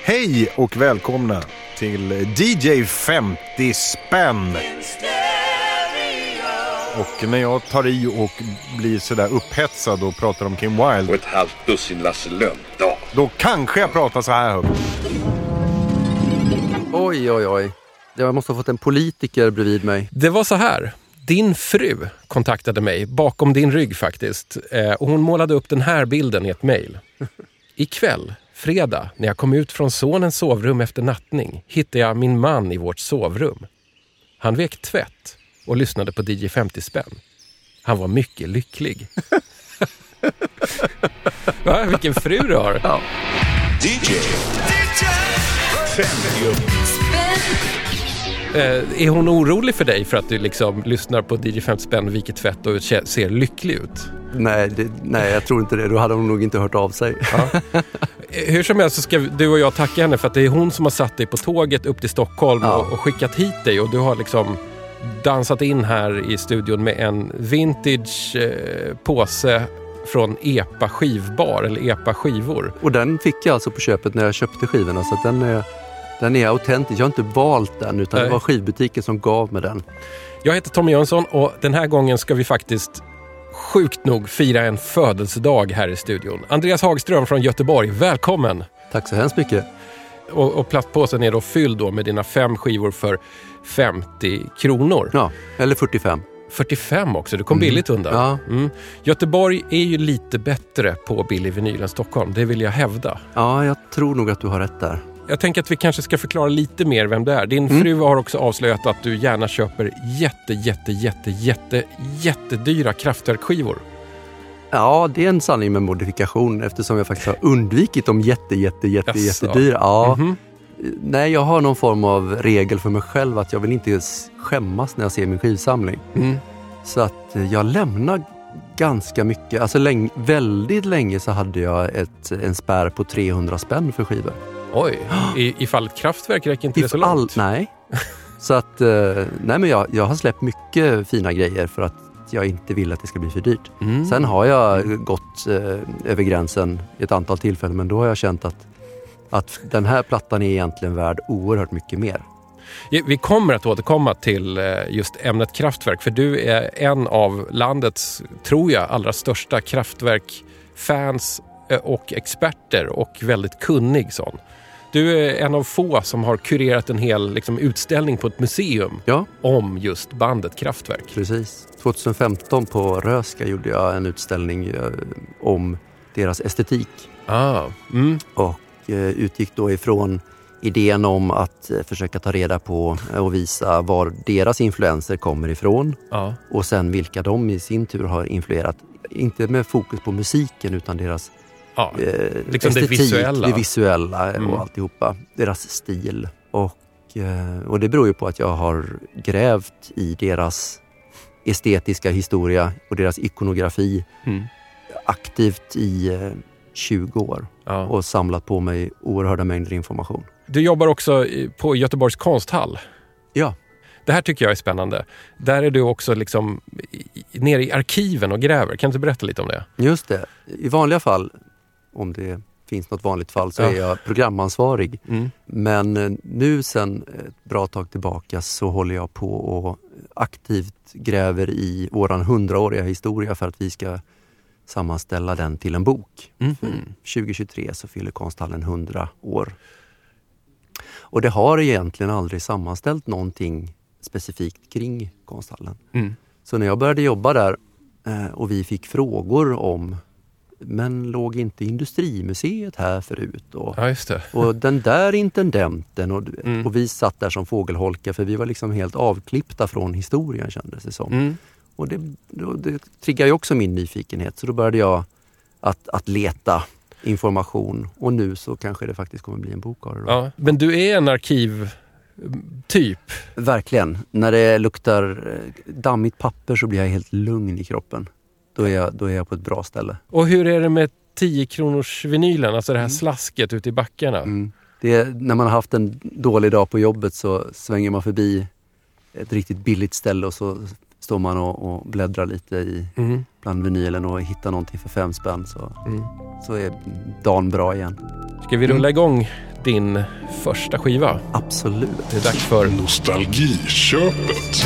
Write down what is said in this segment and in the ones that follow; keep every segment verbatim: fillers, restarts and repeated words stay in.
Hej och välkomna till D J femtio spänn. Och när jag tar i och blir sådär upphetsad och pratar om Kim Wilde och ett halvt dussin Lasse Lönndahl, då kanske jag pratar så här högt. Oj, oj, oj. Jag måste ha fått en politiker bredvid mig. Det var så här. Din fru kontaktade mig bakom din rygg faktiskt. Eh, och hon målade upp den här bilden i ett mejl. Ikväll, fredag, när jag kom ut från sonens sovrum efter nattning, hittade jag min man i vårt sovrum. Han vek tvätt och lyssnade på D J femtio spänn. Han var mycket lycklig. Va? Vilken fru du har. Ja. D J femtio Eh, är hon orolig för dig för att du liksom lyssnar på D J femtio spänn, viker tvätt och ser lycklig ut? Nej, det, nej, jag tror inte det. Då hade hon nog inte hört av sig. Ja. Hur som helst så ska du och jag tacka henne för att det är hon som har satt dig på tåget upp till Stockholm ja. och, och skickat hit dig. Och du har liksom dansat in här i studion med en vintage eh, påse från Epa skivbar eller Epa skivor. Och den fick jag alltså på köpet när jag köpte skivorna, så att den är... Den är autentisk. Jag har inte valt den, utan Nej. Det var skivbutiken som gav mig den. Jag heter Tommy Jönsson och den här gången ska vi faktiskt sjukt nog fira en födelsedag här i studion. Andreas Hagström från Göteborg, välkommen! Tack så hemskt mycket. Och, och plastpåsen är då fylld då med dina fem skivor för femtio kronor. Ja, eller fyrtiofem. fyrtiofem också, du kom mm. billigt undan. Ja. Mm. Göteborg är ju lite bättre på billig vinyl än Stockholm, det vill jag hävda. Ja, jag tror nog att du har rätt där. Jag tänker att vi kanske ska förklara lite mer vem det är. Din mm. fru har också avslöjat att du gärna köper jätte, jätte, jätte, jätte, jättedyra Kraftwerk-skivor. Ja, det är en sanning med modifikation eftersom jag faktiskt har undvikit de jätte, jätte, jätte, Jaså. jättedyra. Ja. Mm-hmm. Nej, jag har någon form av regel för mig själv att jag vill inte skämmas när jag ser min skivsamling. Mm. Så att jag lämnar ganska mycket. Alltså länge, väldigt länge så hade jag ett, en spärr på trehundra spänn för skivor. Oj, I, ifall ett Kraftwerk räcker inte det så långt? All, nej. Så att, nej men jag, jag har släppt mycket fina grejer för att jag inte vill att det ska bli för dyrt. Mm. Sen har jag gått eh, över gränsen i ett antal tillfällen, men då har jag känt att, att den här plattan är egentligen värd oerhört mycket mer. Vi kommer att återkomma till just ämnet Kraftwerk, för du är en av landets, tror jag, allra största Kraftwerk-fans och experter och väldigt kunnig sån. Du är en av få som har kurerat en hel liksom, utställning på ett museum ja. om just bandet Kraftwerk. Precis. tjugohundrafemton på Röska gjorde jag en utställning eh, om deras estetik. Ah. Mm. Och eh, utgick då ifrån idén om att eh, försöka ta reda på och visa var deras influenser kommer ifrån. Ah. Och sen vilka de i sin tur har influerat. Inte med fokus på musiken utan deras Ja, eh, liksom estetik, det visuella, det visuella mm. och alltihopa. Deras stil. Och, eh, och det beror ju på att jag har grävt i deras estetiska historia och deras ikonografi mm. aktivt i eh, tjugo år. Ja. Och samlat på mig oerhörda mängder information. Du jobbar också på Göteborgs konsthall. Ja. Det här tycker jag är spännande. Där är du också liksom nere i arkiven och gräver. Kan du berätta lite om det? Just det. I vanliga fall, om det finns något vanligt fall, så ja. är jag programansvarig. Mm. Men nu sen ett bra tag tillbaka så håller jag på och aktivt gräver i våran hundraåriga historia för att vi ska sammanställa den till en bok. Mm. tjugo tjugotre så fyller konsthallen hundra år. Och det har egentligen aldrig sammanställt någonting specifikt kring konsthallen. Mm. Så när jag började jobba där eh, och vi fick frågor om, men låg inte Industrimuseet här förut? Och, ja, just det. och den där intendenten och, mm. och vi satt där som fågelholkar för vi var liksom helt avklippta från historien, kändes det som. Mm. Och det, det triggar ju också min nyfikenhet, så då började jag att, att leta information och nu så kanske det faktiskt kommer bli en bok av det då. Ja, men du är en arkiv typ. Verkligen. När det luktar dammigt papper så blir jag helt lugn i kroppen. Då är jag, då är jag på ett bra ställe. Och hur är det med tio kronors vinylen? Alltså det här mm. slasket ute i backarna. Mm. Det är, när man har haft en dålig dag på jobbet så svänger man förbi ett riktigt billigt ställe och så står man och, och bläddrar lite i mm. bland vinylen och hittar någonting för fem spänn så, mm. så är dagen bra igen. Ska vi rulla igång din första skiva. Absolut. Det är dags för Nostalgiköpet.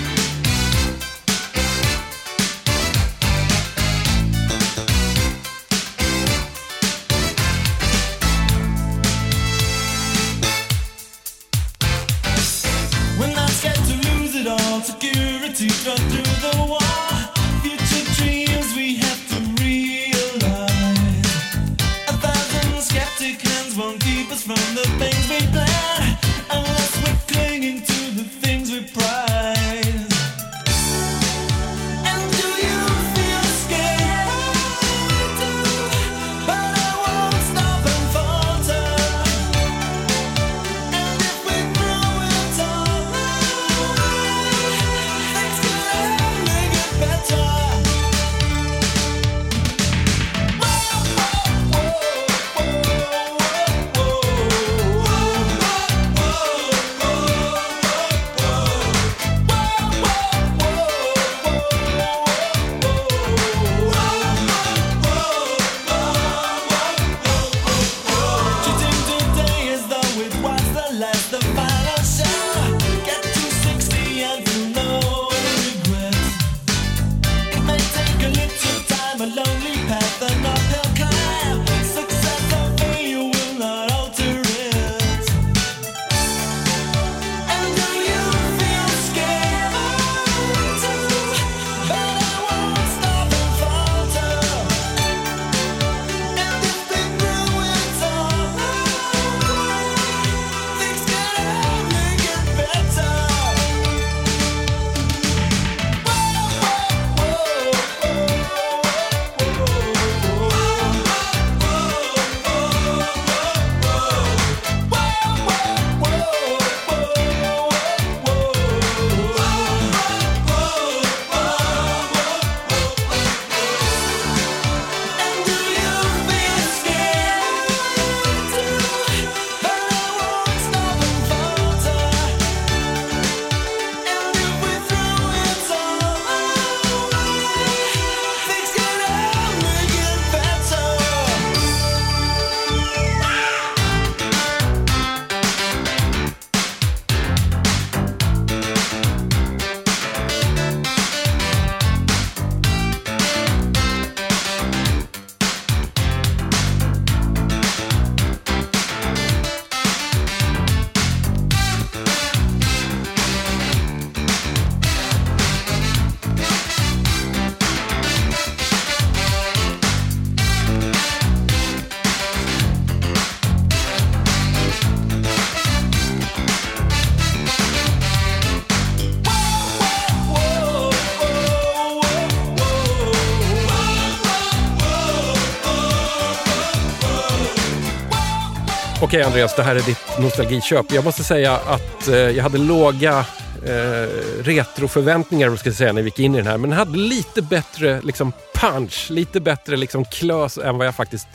Okej Andreas, det här är ditt nostalgiköp. Jag måste säga att eh, jag hade låga eh, retroförväntningar vad ska jag säga, när vi gick in i den här. Men den hade lite bättre liksom, punch, lite bättre liksom, klös än vad jag faktiskt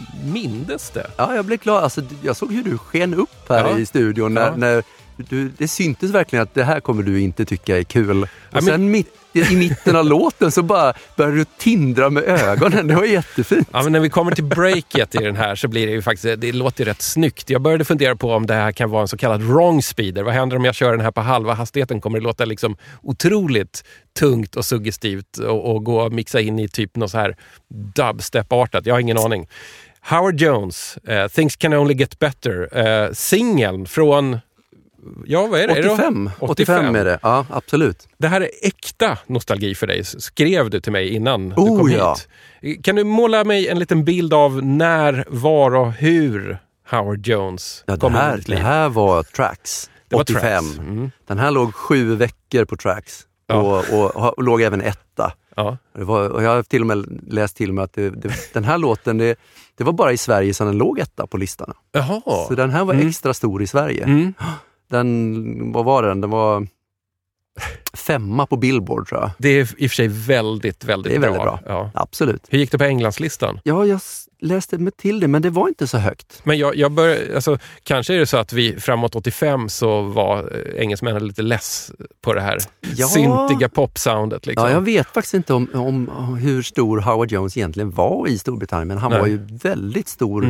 mindes det. Ja, jag blev glad. Alltså, jag såg hur du sken upp här ja. i studion när, ja. när du, det syntes verkligen att det här kommer du inte tycka är kul. Och ja, sen men... mitt, i mitten av låten så bara började du tindra med ögonen. Det var jättefint. Ja, men när vi kommer till breaket i den här så blir det ju faktiskt, det låter rätt snyggt. Jag började fundera på om det här kan vara en så kallad wrong speeder. Vad händer om jag kör den här på halva hastigheten? Kommer det låta liksom otroligt tungt och suggestivt och, och gå och mixa in i typ något så här dubstep-artat. Jag har ingen aning. Howard Jones, uh, Things Can Only Get Better. Uh, singeln från... Ja, vad är det? åttiofem. Är det åttiofem är det, ja absolut. Det här är äkta nostalgi för dig, skrev du till mig innan oh, du kom ja. hit. Kan du måla mig en liten bild av när, var och hur Howard Jones ja, kom det här, in i ditt liv? Det här var Tracks, det var åttiofem. Tracks. Mm. Den här låg sju veckor på Tracks ja. och, och, och, och låg även etta. Ja. Det var, och jag har till och med läst till mig att det, det, den här låten, det, det var bara i Sverige som den låg etta på listan. Jaha. Så den här var mm. extra stor i Sverige. Mm. Den, vad var den? Den var femma på Billboard tror jag. Det är i och för sig väldigt, väldigt det är bra. väldigt bra. Ja. Absolut. Hur gick det på Englandslistan? Ja, jag läste mig till det, men det var inte så högt. Men jag, jag bör, alltså, kanske är det så att vi framåt åttiofem så var engelsmännen lite less på det här ja. syntiga popsoundet. Liksom. Ja, jag vet faktiskt inte om, om hur stor Howard Jones egentligen var i Storbritannien, men han Nej. var ju väldigt stor mm.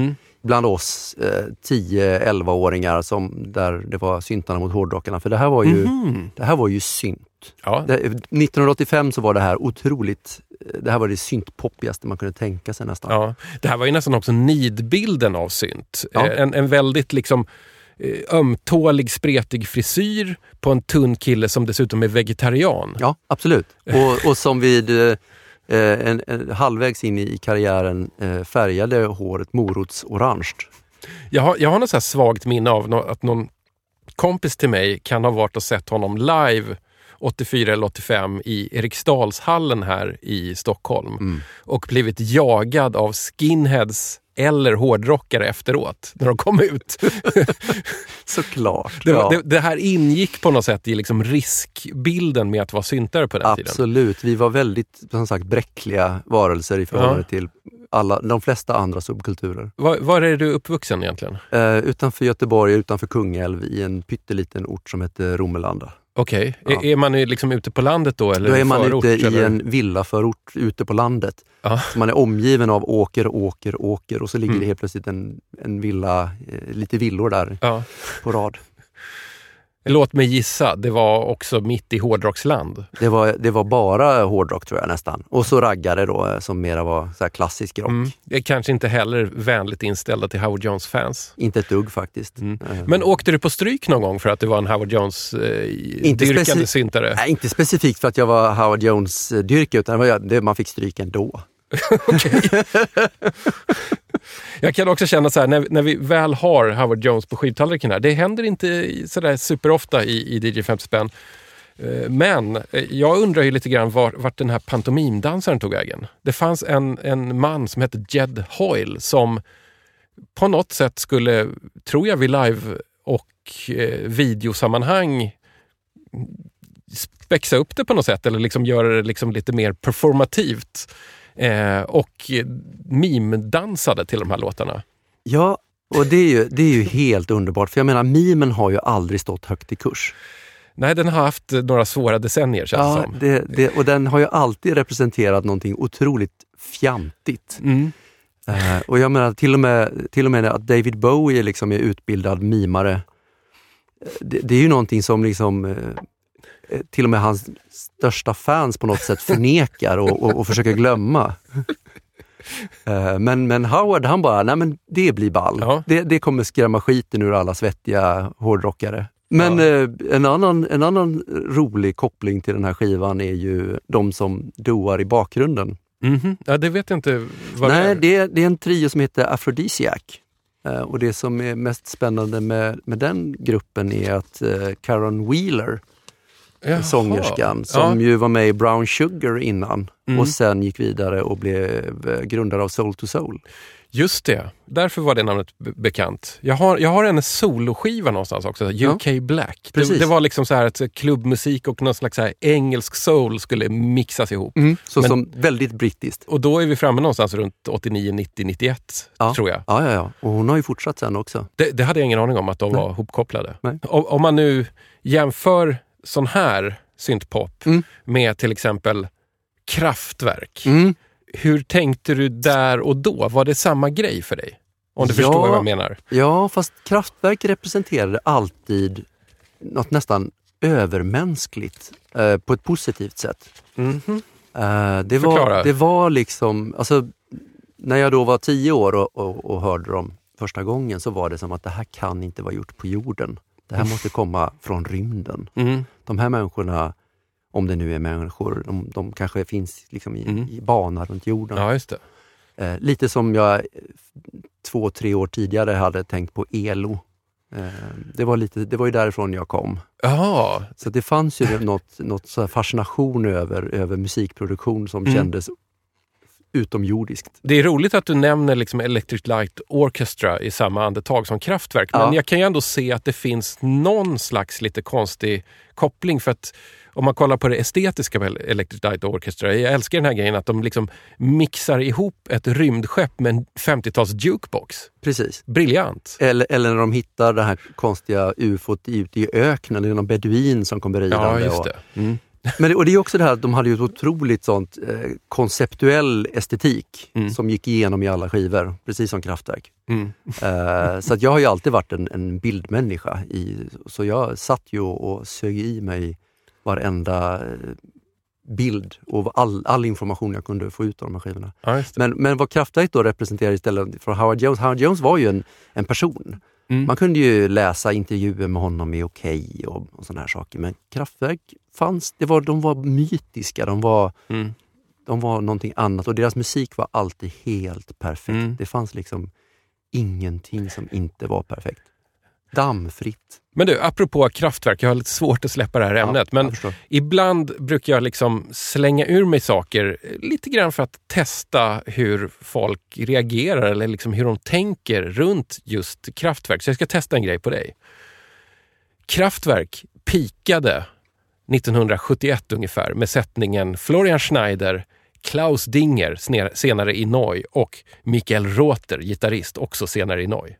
bland oss eh, tio-elva-åringar som, där det var syntarna mot hårdrockarna. För det här var ju, mm-hmm. det här var ju synt. Ja. Det, nittonhundraåttiofem så var det här otroligt, det här var det syntpoppigaste man kunde tänka sig nästan. Ja. Det här var ju nästan också nidbilden av synt. Ja. En, en väldigt liksom ömtålig, spretig frisyr på en tunn kille som dessutom är vegetarian. Ja, absolut. Och, och som vid eh, en, en, halvvägs in i karriären eh, färgade håret morotsorange. Jag har, jag har något så här svagt minne av no- att någon kompis till mig kan ha varit och sett honom live åttiofyra eller åttiofem i Eriksdalshallen här i Stockholm mm. och blivit jagad av skinheads eller hårdrockare efteråt när de kom ut. Såklart. Det, ja. det, det här ingick på något sätt i liksom riskbilden med att vara syntare på den Absolut. tiden. Absolut. Vi var väldigt, som sagt, bräckliga varelser i förhållande ja. till alla, de flesta andra subkulturer. Var, var är du uppvuxen egentligen? Uh, utanför Göteborg, utanför Kungälv, i en pytteliten ort som heter Romelanda. Okej. Okay. Ja. Är, är man liksom ute på landet då? Eller då är man förort, ute eller? i en villaförort ute på landet. Ja. Så man är omgiven av åker, åker, åker och så ligger mm. det helt plötsligt en, en villa, eh, lite villor där ja. på rad. Låt mig gissa, det var också mitt i hårdrocksland. Det var, det var bara hårdrock tror jag nästan. Och så raggare då som mera var så här klassisk rock. Mm. Det är kanske inte heller vänligt inställda till Howard Jones-fans. Inte ett dugg faktiskt. Mm. Men åkte du på stryk någon gång för att du var en Howard Jones-dyrkande eh, syntare? Nej, inte specifikt för att jag var Howard Jones-dyrkare utan det var, det, man fick stryk ändå. Okej. Jag kan också känna så här, när, när vi väl har Howard Jones på skivtallriken här, det händer inte sådär superofta i, i D J femtio spänn. Men jag undrar ju lite grann var, vart den här pantomimdansaren tog vägen. Det fanns en, en man som hette Jed Hoyle som på något sätt skulle, tror jag, vid live- och eh, videosammanhang spexa upp det på något sätt eller liksom göra det liksom lite mer performativt. Eh, och mimdansade till de här låtarna. Ja, och det är, ju, det är ju helt underbart. För jag menar, mimen har ju aldrig stått högt i kurs. Nej, den har haft några svåra decennier känns ja, som. Det, det, och den har ju alltid representerat någonting otroligt fjantigt. Mm. Eh, och jag menar, till och med, till och med att David Bowie liksom är utbildad mimare. Det, det är ju någonting som liksom... Eh, till och med hans största fans på något sätt förnekar och, och, och försöker glömma. uh, men, men Howard, han bara, nej men det blir ball. Ja. Det, det kommer skrämma skiten ur alla svettiga hårdrockare. Men ja. uh, en, annan, en annan rolig koppling till den här skivan är ju de som doar i bakgrunden. Mm-hmm. Ja, det vet jag inte vad nej, det är. Det, det är en trio som heter Aphrodisiac. Uh, och det som är mest spännande med, med den gruppen är att uh, Karen Wheeler, Jaha. sångerskan som ja. ju var med i Brown Sugar innan mm. och sen gick vidare och blev grundare av Soul to Soul. Just det, därför var det namnet be- bekant. Jag har, jag har en soloskiva någonstans också, U K ja. Black. Det, det var liksom så här att klubbmusik och någon slags så här engelsk soul skulle mixas ihop. Mm. Så Men, som väldigt brittiskt. Och då är vi framme någonstans runt åttionio, nittio, nittioett ja. tror jag. Ja, ja, ja. Och hon har ju fortsatt sen också. Det, det hade jag ingen aning om att de Nej. var hopkopplade. Nej. Om, om man nu jämför sån här syntpop mm. med till exempel Kraftwerk. Mm. Hur tänkte du där och då? Var det samma grej för dig? Om du ja, förstår vad jag menar. Ja, fast Kraftwerk representerade alltid något nästan övermänskligt eh, på ett positivt sätt. Mm-hmm. Eh, det, var, det var liksom, alltså när jag då var tio år och, och, och hörde dem första gången så var det som att det här kan inte vara gjort på jorden. Det här måste komma från rymden. Mm. De här människorna, om det nu är människor, de, de kanske finns liksom i, mm. i banan runt jorden. Ja, just det. Eh, lite som jag två, tre år tidigare hade tänkt på E L O. Eh, det, var lite, det var ju därifrån jag kom. Aha. Så det fanns ju något, något så här fascination över, över musikproduktion som mm. kändes utomjordiskt. Det är roligt att du nämner liksom Electric Light Orchestra i samma andetag som Kraftwerk. Men ja. jag kan ju ändå se att det finns någon slags lite konstig koppling. För att om man kollar på det estetiska med Electric Light Orchestra, jag älskar den här grejen att de liksom mixar ihop ett rymdskepp med en femtiotals jukebox. Precis. Briljant. Eller, eller när de hittar det här konstiga ufot ute i öknen, det är någon beduin som kommer ridande. Ja, just det. Mm. Men det, och det är också det här att de hade ju ett otroligt sånt eh, konceptuell estetik mm. som gick igenom i alla skivor, precis som Kraftwerk. Mm. eh, så att jag har ju alltid varit en, en bildmänniska. I, så jag satt ju och sög i mig varenda eh, bild och all, all information jag kunde få ut av de här skivorna. Ja, men, men vad Kraftwerk då representerar istället för Howard Jones, Howard Jones var ju en, en person. Mm. Man kunde ju läsa intervjuer med honom i Okej okay och, och sådana här saker. Men Kraftwerk fanns, det var, de var mytiska, de var, mm. de var någonting annat. Och deras musik var alltid helt perfekt. Mm. Det fanns liksom ingenting som inte var perfekt. Dammfritt. Men du, apropå Kraftwerk, jag har lite svårt att släppa det här ämnet. Ja, men ibland brukar jag liksom slänga ur mig saker lite grann för att testa hur folk reagerar eller liksom hur de tänker runt just Kraftwerk. Så jag ska testa en grej på dig. Kraftwerk pikade nittonhundrasjuttioett ungefär med sättningen Florian Schneider, Klaus Dinger senare i Neu och Michael Rother, gitarrist, också senare i Neu.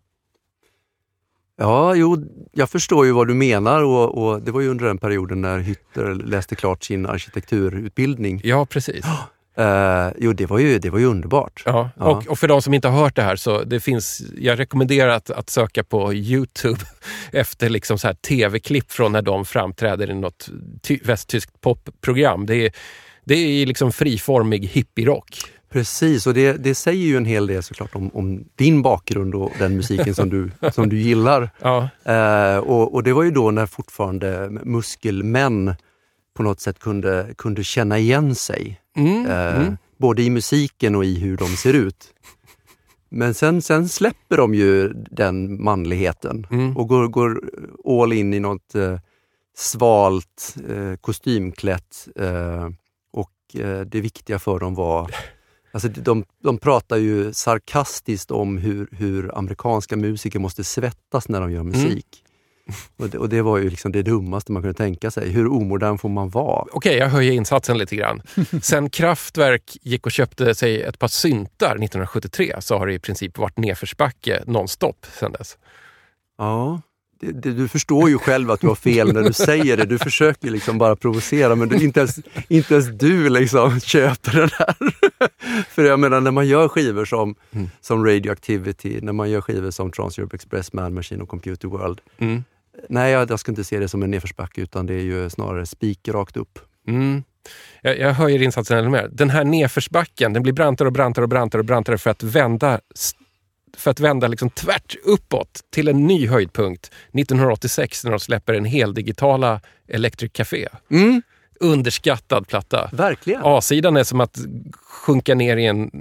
Ja, jo, jag förstår ju vad du menar och, och det var ju under den perioden när Hütter läste klart sin arkitekturutbildning. Ja, precis. Uh, jo, det var ju, det var ju underbart. Ja, ja. Och, och för de som inte har hört det här så det finns, jag rekommenderar att, att söka på YouTube efter liksom så här tv-klipp från när de framträder i något ty- västtyskt popprogram. Det är, det är liksom friformig hippie-rock. Precis, och det, det säger ju en hel del såklart om, om din bakgrund och den musiken som du, som du gillar. Ja. Uh, och, och det var ju då när fortfarande muskelmän på något sätt kunde, kunde känna igen sig. Mm, uh, mm. Både i musiken och i hur de ser ut. Men sen, sen släpper de ju den manligheten mm. och går, går all in i något uh, svalt, uh, kostymklätt. Uh, och uh, det viktiga för dem var... Alltså de, de pratar ju sarkastiskt om hur, hur amerikanska musiker måste svettas när de gör musik. Mm. Och, det, och det var ju liksom det dummaste man kunde tänka sig. Hur omodern får man vara? Okej, okay, jag höjer insatsen lite grann. Sen Kraftwerk gick och köpte sig ett par syntar nittonhundrasjuttiotre så har det i princip varit nedförsbacke nonstop sedan dess. Ja, det, det, du förstår ju själv att du har fel när du säger det. Du försöker liksom bara provocera men du, inte, ens, inte ens du liksom köper det där. För jag menar när man gör skivor som, mm. som Radioactivity, när man gör skivor som Trans-Europe Express, Man Machine och Computer World. Mm. Nej, jag, jag ska inte se det som en nedförsbacke utan det är ju snarare spik rakt upp. Mm. Jag, jag höjer insatsen ännu mer. Den här nedförsbacken, den blir brantare och brantare och brantare och brantare för att vända för att vända liksom tvärt uppåt till en ny höjdpunkt nittonhundraåttiosex när de släpper en hel digitala Electric Café. Mm. Underskattad platta. Verkligen. A-sidan är som att sjunka ner i en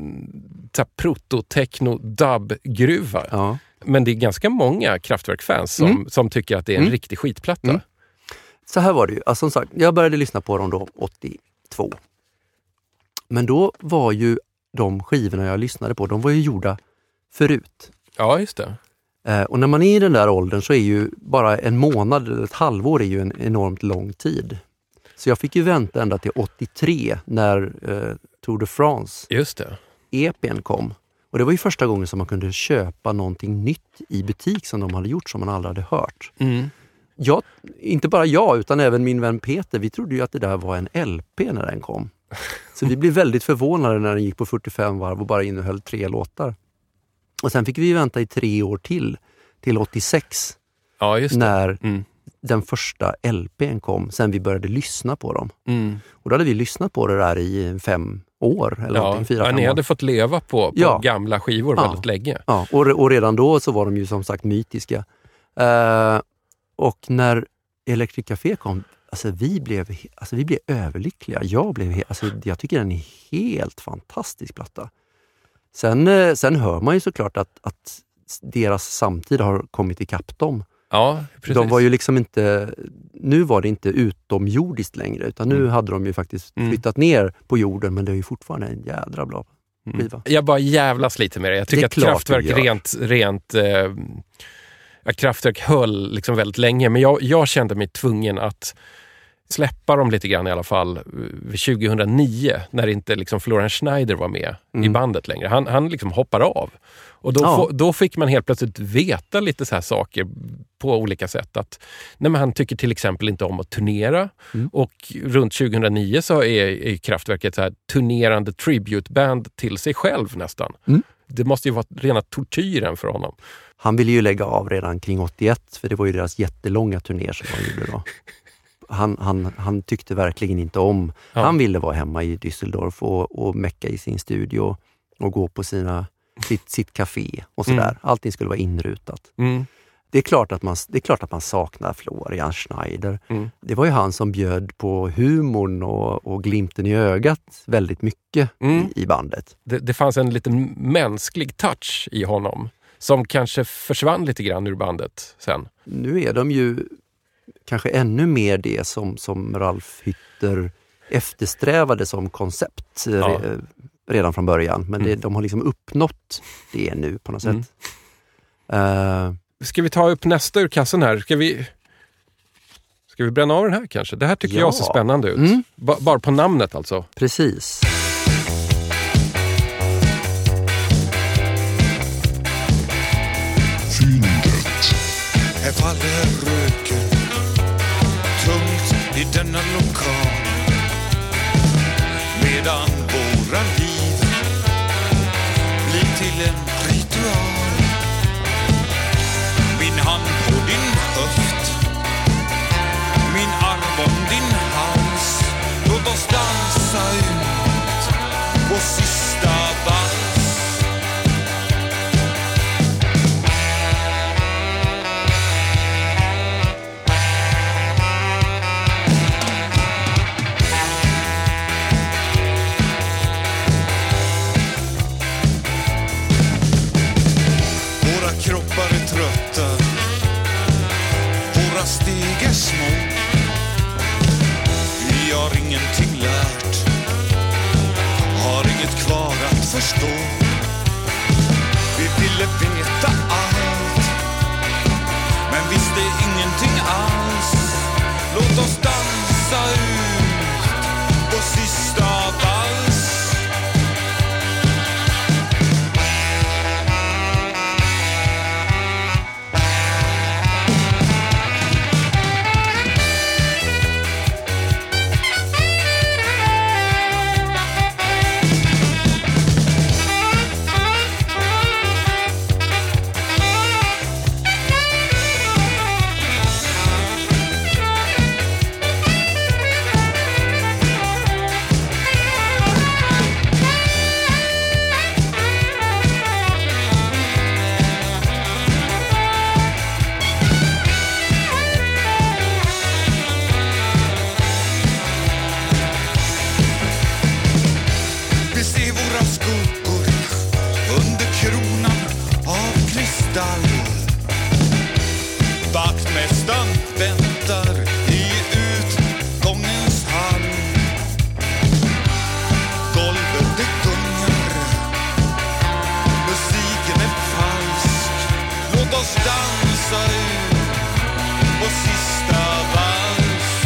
proto-techno-dub-gruva. Ja. Men det är ganska många Kraftwerk-fans som, mm. som tycker att det är en mm. riktig skitplatta. Mm. Så här var det ju. Alltså, som sagt, jag började lyssna på dem då åttiotvå. Men då var ju de skivorna jag lyssnade på, de var ju gjorda förut. Ja, just det. Eh, och när man är i den där åldern så är ju bara en månad eller ett halvår är ju en enormt lång tid. Så jag fick ju vänta ända till åttiotre när eh, Tour de France just det. E P:n kom. Och det var ju första gången som man kunde köpa någonting nytt i butik som de hade gjort som man aldrig hade hört. Mm. Jag, inte bara jag utan även min vän Peter, vi trodde ju att det där var en L P när den kom. Så vi blev väldigt förvånade när den gick på fyrtiofem varv och bara innehöll tre låtar. Och sen fick vi vänta i tre år till, till åttiosex. Ja, just det. När mm. den första L P:n kom, sen vi började lyssna på dem. Mm. Och då hade vi lyssnat på det där i fem år. Eller ja, fyra, ja, fem ni år. hade fått leva på, på ja. gamla skivor ja. väldigt länge. Ja, och, och redan då så var de ju som sagt mytiska. Uh, och när Electric Café kom, alltså vi blev, alltså vi blev överlyckliga. Jag, blev, alltså jag tycker den är helt fantastisk platta. Sen, sen hör man ju såklart att, att deras samtid har kommit ikapp dem. Ja, precis. De var ju liksom inte, nu var det inte utomjordiskt längre utan nu mm. hade de ju faktiskt flyttat mm. ner på jorden men det är ju fortfarande en jädra bra skiva. Mm. Jag bara jävlas lite med det. Jag tycker det att Kraftwerk rent, rent eh, Kraftwerk höll liksom väldigt länge men jag, jag kände mig tvungen att släppa dem lite grann i alla fall tjugohundranio när inte liksom Florian Schneider var med mm. i bandet längre. Han, han liksom hoppar av. Och då, ja. få, då fick man helt plötsligt veta lite så här saker på olika sätt. Att, nej, men han tycker till exempel inte om att turnera. Mm. Och runt tjugohundranio så är, är Kraftwerk ett så här turnerande tributeband till sig själv nästan. Mm. Det måste ju vara rena tortyren för honom. Han ville ju lägga av redan kring åttioett, för det var ju deras jättelånga turné som de gjorde då. Han, han, han tyckte verkligen inte om. Ja. Han ville vara hemma i Düsseldorf och, och mecka i sin studio och gå på sina, sitt, sitt café och sådär. Mm. Allting skulle vara inrutat. Mm. Det är klart att man, det är klart att man saknar Florian Schneider. Mm. Det var ju han som bjöd på humorn och, och glimten i ögat väldigt mycket mm. i, i bandet. Det, det fanns en liten mänsklig touch i honom som kanske försvann lite grann ur bandet sen. Nu är de ju kanske ännu mer det som, som Ralf Hütter eftersträvade som koncept ja. redan från början. Men det, mm. de har liksom uppnått det nu på något sätt. Mm. Uh, Ska vi ta upp nästa ur kassan här? Ska vi, ska vi bränna av den här kanske? Det här tycker ja. jag ser spännande ut. Mm. Ba, bara på namnet alltså. Precis. Fyndet. Här faller röken tungt i denna lokal, medan våra liv blir till en ritual. Min hand på din höft, min arm om din hals. Låt oss dansa ut vår sista vals. Våra kroppar är trötta, våra steg är små. Vi har ingenting lärt, har inget kvar att förstå. Vi ville veta allt, men visste ingenting alls. Låt oss dansa ut vår sista vals. Vaktmästaren väntar i utgångens hall. Golvet det gungar, musiken är falsk. Låt oss dansa ut vår sista vals.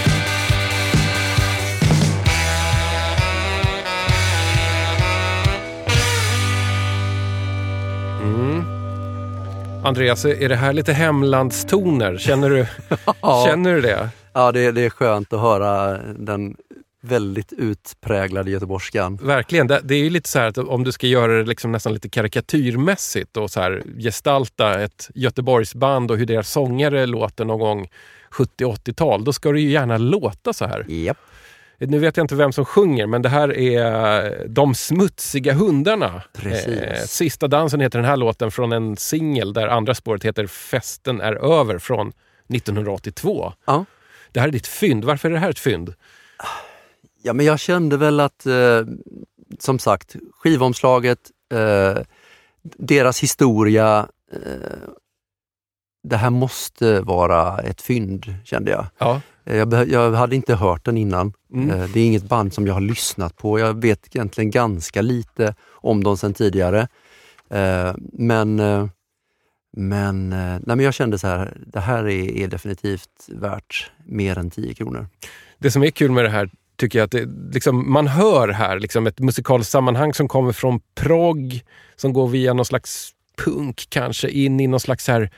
Mm. Andreas, är det här lite hemlandstoner? Känner du, ja. Känner du det? Ja, det, det är skönt att höra den väldigt utpräglade göteborgskan. Verkligen, det, det är ju lite så här att om du ska göra det liksom nästan lite karikatyrmässigt och så här gestalta ett Göteborgsband och hur deras sångare låter någon gång sjuttio-åttiotal, då ska det ju gärna låta så här. Japp. Nu vet jag inte vem som sjunger, men det här är De smutsiga hundarna. Precis. Eh, Sista dansen heter den här låten från en singel där andra spåret heter Festen är över från nittonhundraåttiotvå. Ja. Det här är ditt fynd. Varför är det här ett fynd? Ja, men jag kände väl att, eh, som sagt, skivomslaget, eh, deras historia, eh, det här måste vara ett fynd, kände jag. Ja. Jag, jag hade inte hört den innan. Mm. Det är inget band som jag har lyssnat på. Jag vet egentligen ganska lite om dem sedan tidigare. Men, men, nej, men jag kände så här, det här är, är definitivt värt mer än tio kronor. Det som är kul med det här tycker jag att det, liksom, man hör här liksom ett musikaliskt sammanhang som kommer från prog, som går via någon slags punk kanske in i någon slags så här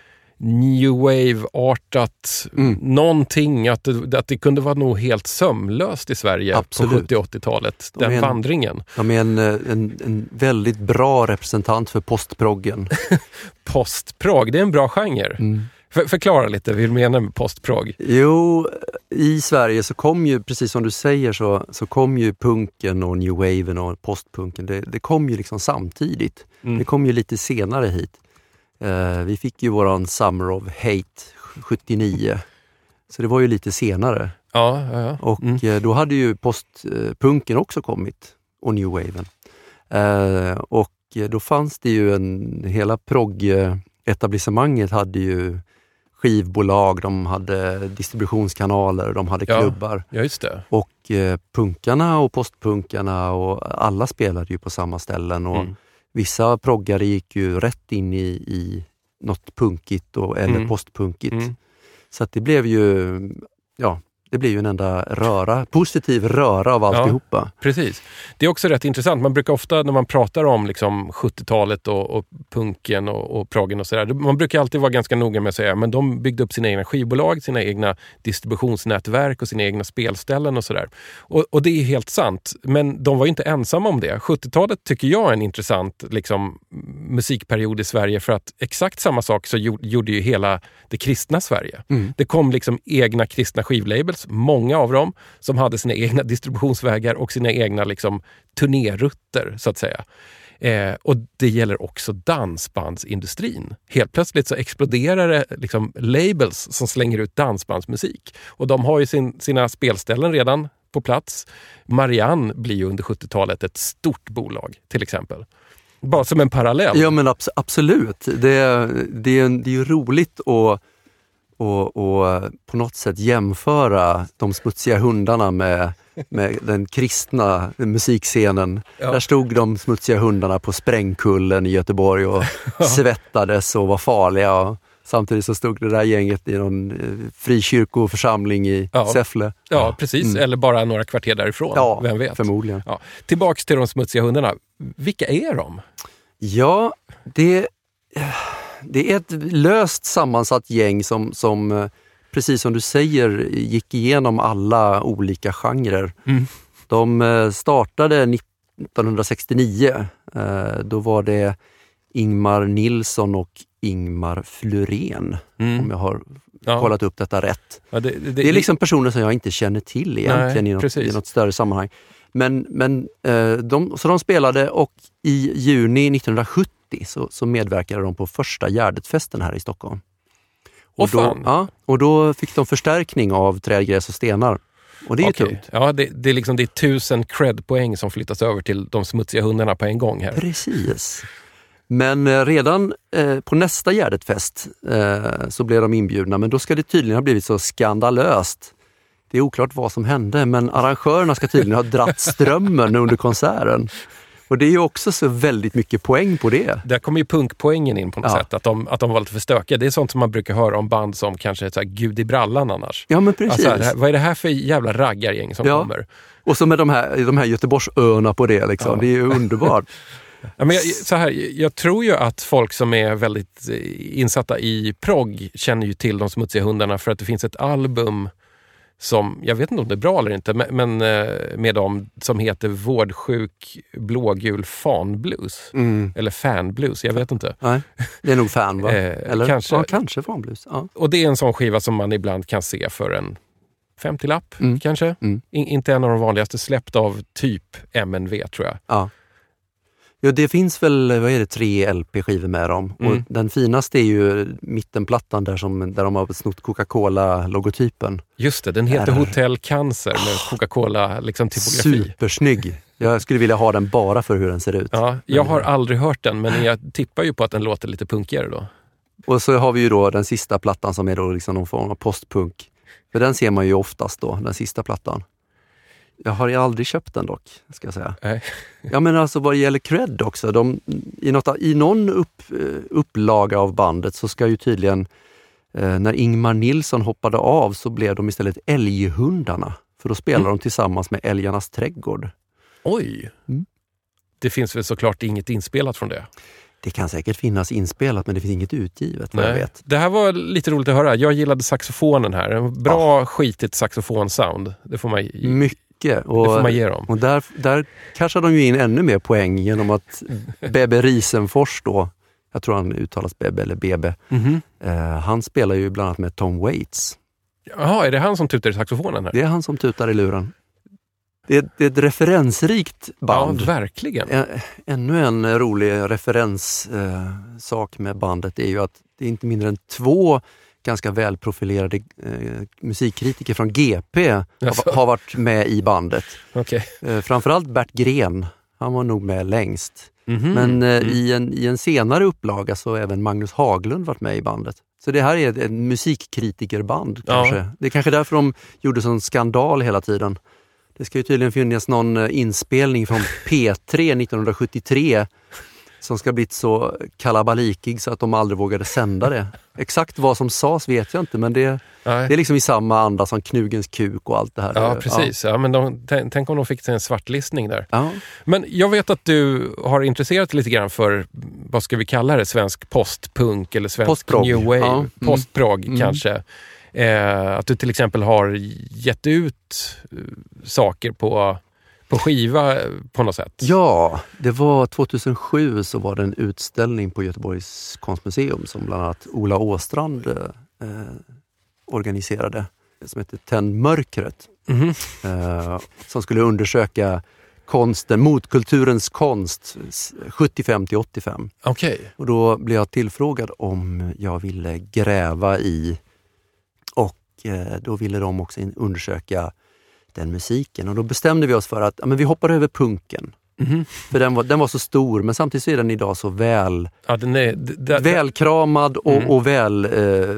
new wave-artat Mm. någonting, att det, att det kunde vara nog helt sömlöst i Sverige. Absolut. På sjuttio- och åttiotalet, De den är en- vandringen. De är en, en, en väldigt bra representant för postproggen. Postprog, det är en bra genre. Mm. För, förklara lite vad du menar med postprog. Jo, i Sverige så kom ju, precis som du säger, så, så kom ju punken och new waven och postpunken. Det, det kom ju liksom samtidigt. Mm. Det kom ju lite senare hit. Eh, vi fick ju våran Summer of Hate sjuttionio. Så det var ju lite senare. Ja, ja, ja. Och Mm. eh, då hade ju postpunken också kommit och new waven. Eh, och eh, då fanns det ju en, hela progg-etablissemanget hade ju skivbolag, de hade distributionskanaler, de hade Ja. klubbar. Ja, just det. Och eh, punkarna och postpunkarna och alla spelade ju på samma ställen och Mm. vissa proggare gick ju rätt in i, i något punkigt och, eller Mm. postpunkigt. Mm. Så att det blev ju, ja, det blev ju en enda röra, positiv röra av alltihopa. Precis. Det är också rätt intressant. Man brukar ofta när man pratar om liksom sjuttiotalet och, och punken och, och proggen och sådär, man brukar alltid vara ganska noga med att säga men de byggde upp sina egna skivbolag, sina egna distributionsnätverk och sina egna spelställen och sådär. Och, och det är helt sant, men de var ju inte ensamma om det. sjuttiotalet tycker jag är en intressant liksom, musikperiod i Sverige för att exakt samma sak så gjorde, gjorde ju hela det kristna Sverige. Mm. Det kom liksom egna kristna skivlabels, många av dem som hade sina egna distributionsvägar och sina egna liksom, turnérutter så att säga. Eh, och det gäller också dansbandsindustrin. Helt plötsligt så exploderar det liksom, labels som slänger ut dansbandsmusik. Och de har ju sin, sina spelställen redan på plats. Marianne blir ju under sjuttiotalet ett stort bolag till exempel. Bara som en parallell. Ja men abs- absolut, det, det, är, det är ju roligt att och, och på något sätt jämföra de smutsiga hundarna med, med den kristna musikscenen. Ja. Där stod de smutsiga hundarna på Sprängkullen i Göteborg och svettades och var farliga. Och samtidigt så stod det där gänget i någon eh, frikyrkoförsamling i Ja. Säffle. Ja, precis. Mm. Eller bara några kvarter därifrån. Ja, Vem vet? förmodligen. Ja. Tillbaks till de smutsiga hundarna. Vilka är de? Ja, det, det är ett löst sammansatt gäng som, som eh, precis som du säger gick igenom alla olika genrer. Mm. De eh, startade nittonhundrasextionio. Eh, Då var det Ingmar Nilsson och Ingmar Flurén, Mm. om jag har Ja. kollat upp detta rätt. Ja, det, det, Det är liksom personer som jag inte känner till egentligen Nej, i, något, precis. i något större sammanhang. Men, men eh, de, så de spelade och i juni nittonhundrasjuttio så, så medverkade de på första Gärdetfesten här i Stockholm. Åh, Och då, fan. ja, och då fick de förstärkning av Träd, gräs och stenar. Och det är ju Okej. tungt. Ja, det, det är liksom det är tusen cred-poäng som flyttas över till de smutsiga hundarna på en gång här. Precis. Men eh, redan eh, på nästa Gärdetfest eh, så blev de inbjudna, men då ska det tydligen ha blivit så skandalöst. Det är oklart vad som hände, men arrangörerna ska tydligen ha dratt strömmen under konserten. Och det är ju också så väldigt mycket poäng på det. Där kommer ju punkpoängen in på något Ja. sätt, att de, att de var lite för stökiga. Det är sånt som man brukar höra om band som kanske är så här gud i brallan annars. Ja, men precis. Alltså, det här, vad är det här för jävla raggargäng som Ja. kommer? Och så med de här, de här Göteborgsöarna på det, liksom. Ja. Det är ju underbart. Ja, men jag, så här, jag tror ju att folk som är väldigt eh, insatta i progg känner ju till de smutsiga hundarna för att det finns ett album som, jag vet inte om det är bra eller inte, men, men eh, med dem som heter Vårdsjuk blågul fanblues. Mm. Eller fanblues, jag vet inte. Nej, det är nog fan, va? Eh, Eller? kanske. Ja, kanske fanblues. Ja. Och det är en sån skiva som man ibland kan se för en femtio-lapp Mm. kanske. Mm. In, inte en av de vanligaste, släppt av typ M N V tror jag. Ja. Ja, det finns väl, vad är det, tre L P-skivor med dem. Mm. Och den finaste är ju mittenplattan där, som, där de har snott Coca-Cola-logotypen. Just det, den heter Är- Hotel Cancer med Coca-Cola liksom typografi. Supersnygg. Jag skulle vilja ha den bara för hur den ser ut. Ja, jag har aldrig hört den, men jag tippar ju på att den låter lite punkigare då. Och så har vi ju då den sista plattan som är då liksom någon form av postpunk. För den ser man ju oftast då, den sista plattan. Jag har ju aldrig köpt den dock, ska jag säga. Nej. Ja, men alltså vad det gäller cred också, de, i, något, i någon upp, upplaga av bandet så ska ju tydligen, eh, när Ingmar Nilsson hoppade av så blev de istället Älghundarna. För då spelar Mm. de tillsammans med Älgarnas trädgård. Oj! Mm. Det finns väl såklart inget inspelat från det. Det kan säkert finnas inspelat, men det finns inget utgivet, vad jag vet. Det här var lite roligt att höra. Jag gillade saxofonen här. En bra ja. skitigt saxofonsound. Det får man ge. Mycket. Och, det får man ge dem. Och där, där cashar de ju in ännu mer poäng genom att Bebe Risenfors då, jag tror han uttalas Bebe eller Bebe, mm-hmm. eh, han spelar ju bland annat med Tom Waits. Jaha, är det han som tutar i saxofonen här? Det är han som tutar i luren. Det är, det är ett referensrikt band. Ja, verkligen. Ä, ännu en rolig referenssak eh, med bandet är ju att det är inte mindre än två ganska välprofilerade eh, musikkritiker från G P har, har varit med i bandet. Okay. Eh, framförallt Bert Gren, han var nog med längst. Mm-hmm. Men eh, mm. i, en, i en senare upplaga så har även Magnus Haglund varit med i bandet. Så det här är ett, ett musikkritikerband kanske. Ja. Det är kanske därför de gjorde sån skandal hela tiden. Det ska ju tydligen finnas någon inspelning från P tre nittonhundrasjuttiotre som ska blivit så kalabalikig så att de aldrig vågade sända det. Exakt vad som sades vet jag inte, men det, det är liksom i samma anda som Knugens kuk och allt det här. Ja, precis. Ja. Ja, men de, tänk om de fick en svartlistning där. Ja. Men jag vet att du har intresserat dig lite grann för, vad ska vi kalla det, svensk postpunk eller svensk postprog. New Wave, ja. mm. postprog mm. kanske. Eh, att du till exempel har gett ut uh, saker på, på skiva på något sätt. Ja, det var tjugohundrasju så var det en utställning på Göteborgs konstmuseum som bland annat Ola Åstrand eh, organiserade, som heter Tänd mörkret. Mm-hmm. Eh, som skulle undersöka konsten, motkulturens konst sjuttiofem till åttiofem. Okej. Okay. Och då blev jag tillfrågad om jag ville gräva i, och eh, då ville de också in, undersöka den musiken. Och då bestämde vi oss för att ja, men vi hoppar över punken. Mm-hmm. För den var, den var så stor, men samtidigt så är den idag så väl ja, den är, d- d- välkramad och, mm. och väl eh,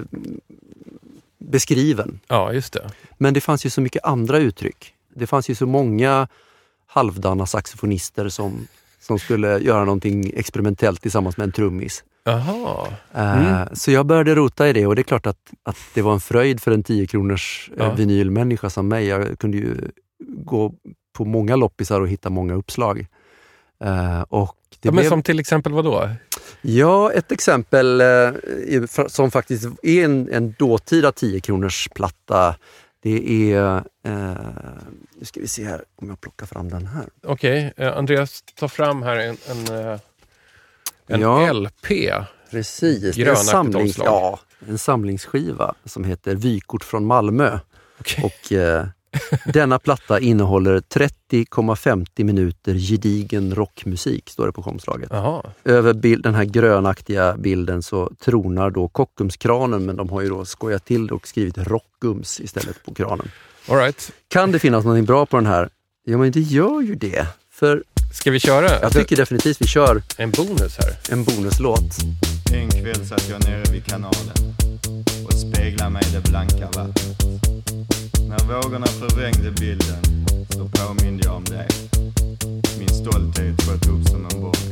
beskriven. Ja, just det. Men det fanns ju så mycket andra uttryck. Det fanns ju så många halvdana saxofonister som, som skulle göra någonting experimentellt tillsammans med en trummis. Aha. Mm. Uh, så jag började rota i det, och det är klart att, att det var en fröjd för en tio kronors ja. uh, vinylmänniska som mig. Jag kunde ju gå på många loppisar och hitta många uppslag. Uh, och det ja, men blev... som till exempel vad då? Ja, ett exempel uh, som faktiskt är en, en dåtida tio kronors platta. Det är, uh, nu ska vi se här om jag plockar fram den här. Okej, okay. uh, Andreas tar fram här en, en, uh, en ja, L P. Precis, en, samling, ja, en samlingsskiva som heter Vykort från Malmö. Okay. Och uh, denna platta innehåller trettio komma femtio minuter gedigen rockmusik, står det på omslaget. Aha. Över bild, den här grönaktiga bilden så tronar då Kockumskranen, men de har ju då skojat till och skrivit Rockums istället på kranen. All right. Kan det finnas något bra på den här? Ja, men det gör ju det. För ska vi köra? Jag tycker definitivt vi kör en bonus här. En bonuslåt. En kväll satt jag nere vid kanalen och speglade mig i det blanka vattnet. När vågorna förvrängde bilden så påminde jag om dig. Min stolthet sköt upp som en borg.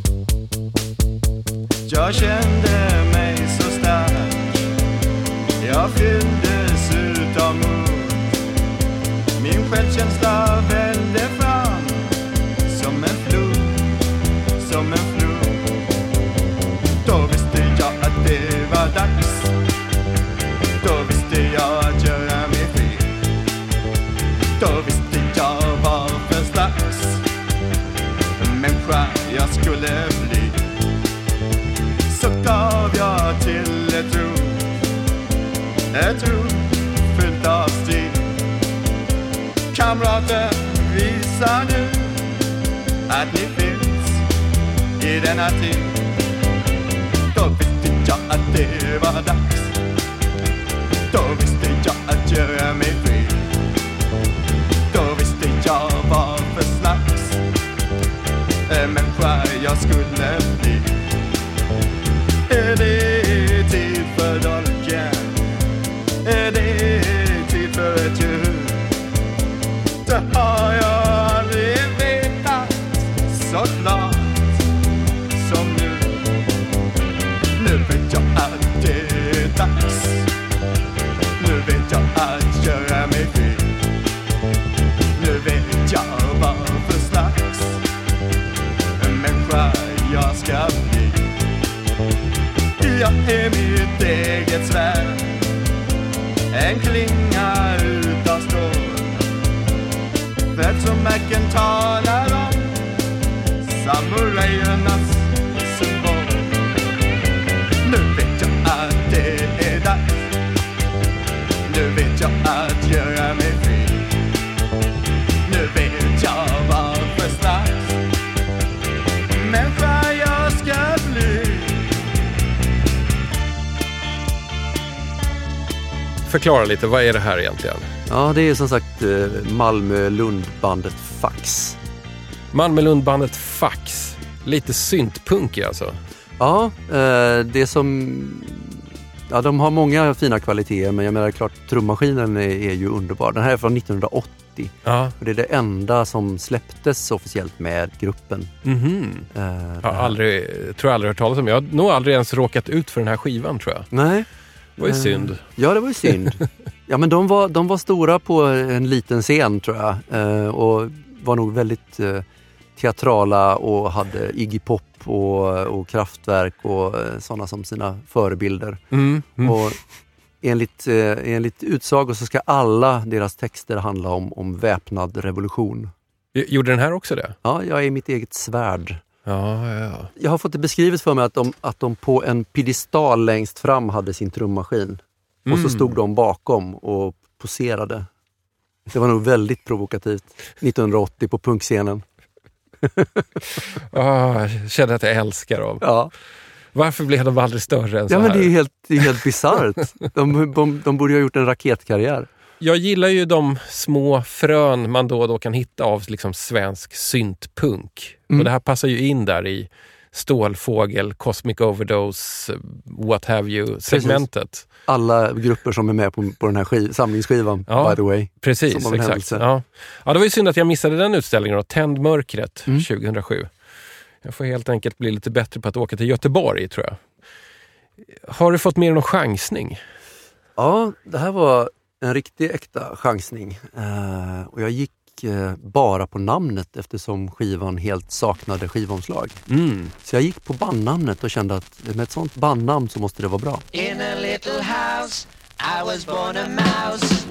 Jag kände mig så stark. Jag fylldes utav mod. Min självkänsla välde fram som en flod, som en flod. Då visste jag att det var dags. Då visste jag att göra mig fri. Då visste jag vad för slags människa jag skulle bli. Så gav jag till ett rop, ett rop fyllt av stil. Kamrater, visa nu att ni finns i denna tid. Då visste jag att det var dags. Då visste jag att göra mig fri. Då visste jag vad för slags människa jag skulle bli. Är det tid för dolken? Är det tid för ett djur? Det har jag aldrig vetat så klart som nu. Nu vet jag att det är dags. Nu vet jag att göra mig fri. Nu vet jag vad för slags människa jag ska bli. en klinga utav stål. Vet som Macken talar om samurajernas symbol. Nu vet jag att det är dags. Nu vet jag att göra mig fri. Nu vet jag varför strax människa jag ska bli. Förklara lite, vad är det här egentligen? Ja, det är som sagt Malmö-Lund-bandet Fax. Malmö-Lund-bandet Fax. Lite syntpunk alltså. Ja, det som... Ja, de har många fina kvaliteter, men jag menar klart trummaskinen är, är ju underbar. Den här är från nittonhundraåttio. Ja. Och det är det enda som släpptes officiellt med gruppen. Mhm. Uh, Jag har aldrig, tror jag aldrig hört talas om. Jag har nog aldrig ens råkat ut för den här skivan, tror jag. Nej. Det var ju uh, synd. Ja, det var ju synd. Ja, men de var, de var stora på en liten scen, tror jag. Uh, och var nog väldigt uh, teatrala och hade Iggy Pop och, och Kraftwerk och uh, sådana som sina förebilder. Mm. Mm. Och enligt, uh, enligt utsago så ska alla deras texter handla om, om väpnad revolution. Gjorde den här också det? Ja, jag är mitt eget svärd. Ja, ja. Jag har fått det beskrivet för mig att de, att de på en piedestal längst fram hade sin trummaskin. Och så stod de bakom och poserade. Det var nog väldigt provokativt nittonhundraåttio på punkscenen. Oh, jag kände att jag älskar dem. Ja. Varför blev de aldrig större än så Ja, men här? det är ju helt, det är helt bizarrt. De, de, de borde ha gjort en raketkarriär. Jag gillar ju de små frön man då och då kan hitta av liksom svensk syntpunk. Mm. Och det här passar ju in där i Stålfågel, Cosmic Overdose, What Have You-segmentet. Alla grupper som är med på, på den här skiv, samlingsskivan, Ja, by the way. Precis, som exakt. Ja. Ja, det var ju synd att jag missade den utställningen då, Tänd mörkret Mm. tjugohundrasju. Jag får helt enkelt bli lite bättre på att åka till Göteborg, tror jag. Har du fått mer någon chansning? Ja, det här var en riktig äkta chansning. Uh, och jag gick uh, bara på namnet eftersom skivan helt saknade skivomslag. Mm. Så jag gick på bandnamnet och kände att med ett sånt bandnamn så måste det vara bra. In a little house, I was born a mouse.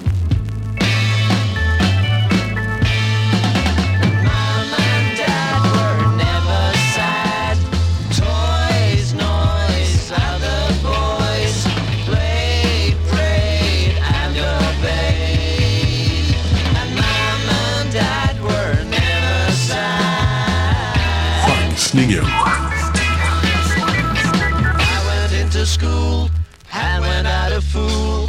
Mom and dad were never sad. Toys, noise, other boys played, prayed, and obeyed. And mom and dad were never sad. Chansningen. I went into school and went out a fool.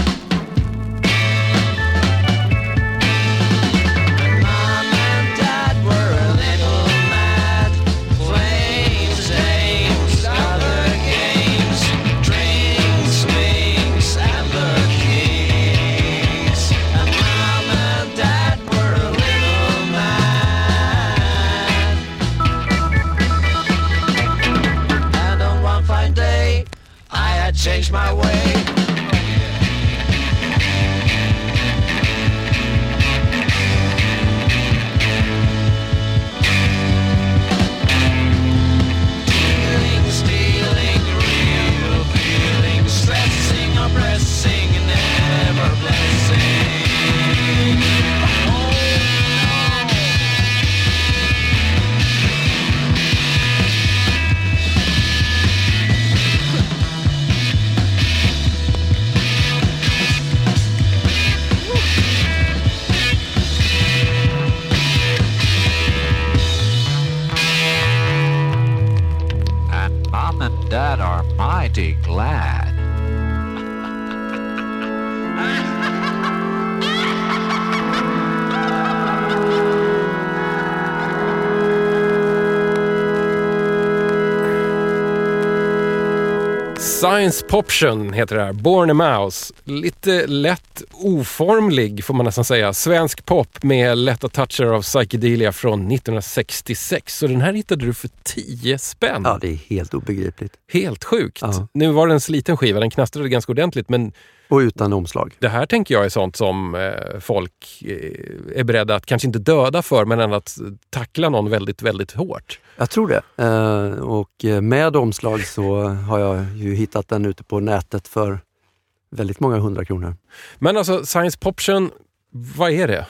And mom and dad were a little mad. Flames, names, other games, drinks, swings, and the kings. And mom and dad were a little mad. And on one fine day, I had changed my way. Dealing, stealing, real feeling, stressing, oppressing, never blessing. Oh, no. And mom and dad are mighty glad. Science Poption heter det här. Born a Mouse. Lite lätt oformlig får man nästan säga. Svensk pop med lätta toucher av psychedelia från nittonhundrasextiosex. Så den här hittade du för tio spänn. Ja, det är helt obegripligt. Helt sjukt. Ja. Nu var det en sliten skiva, den knastrade ganska ordentligt, men Och utan omslag. det här tänker jag är sånt som eh, folk eh, är beredda att kanske inte döda för, men ändå att tackla någon väldigt, väldigt hårt. Jag tror det. Eh, och med omslag så har jag ju hittat den ute på nätet för väldigt många hundra kronor. Men alltså Science Poption, vad är det?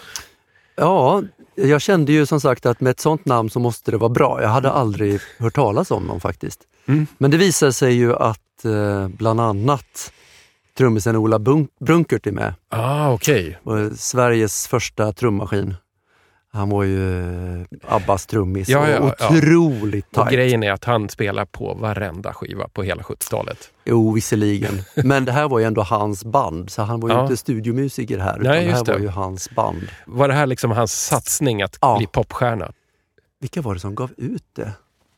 Ja, jag kände ju som sagt att med ett sånt namn så måste det vara bra. Jag hade aldrig hört talas om dem faktiskt. Mm. Men det visar sig ju att eh, bland annat trummisen Ola Bunk- Brunkert är med. Ah, okej. Och Sveriges första trummaskin. Han var ju eh, Abbas trummis. Ja, ja, och ja. otroligt Och tajt. grejen är att han spelar på varenda skiva på hela sjuttiotalet. Jo, visserligen. Men det här var ju ändå hans band. Så han var ju Ja. inte studiomusiker här. Utan Nej, det här just det. var ju hans band. Var det här liksom hans satsning att Ja. bli popstjärna? Vilka var det som gav ut det?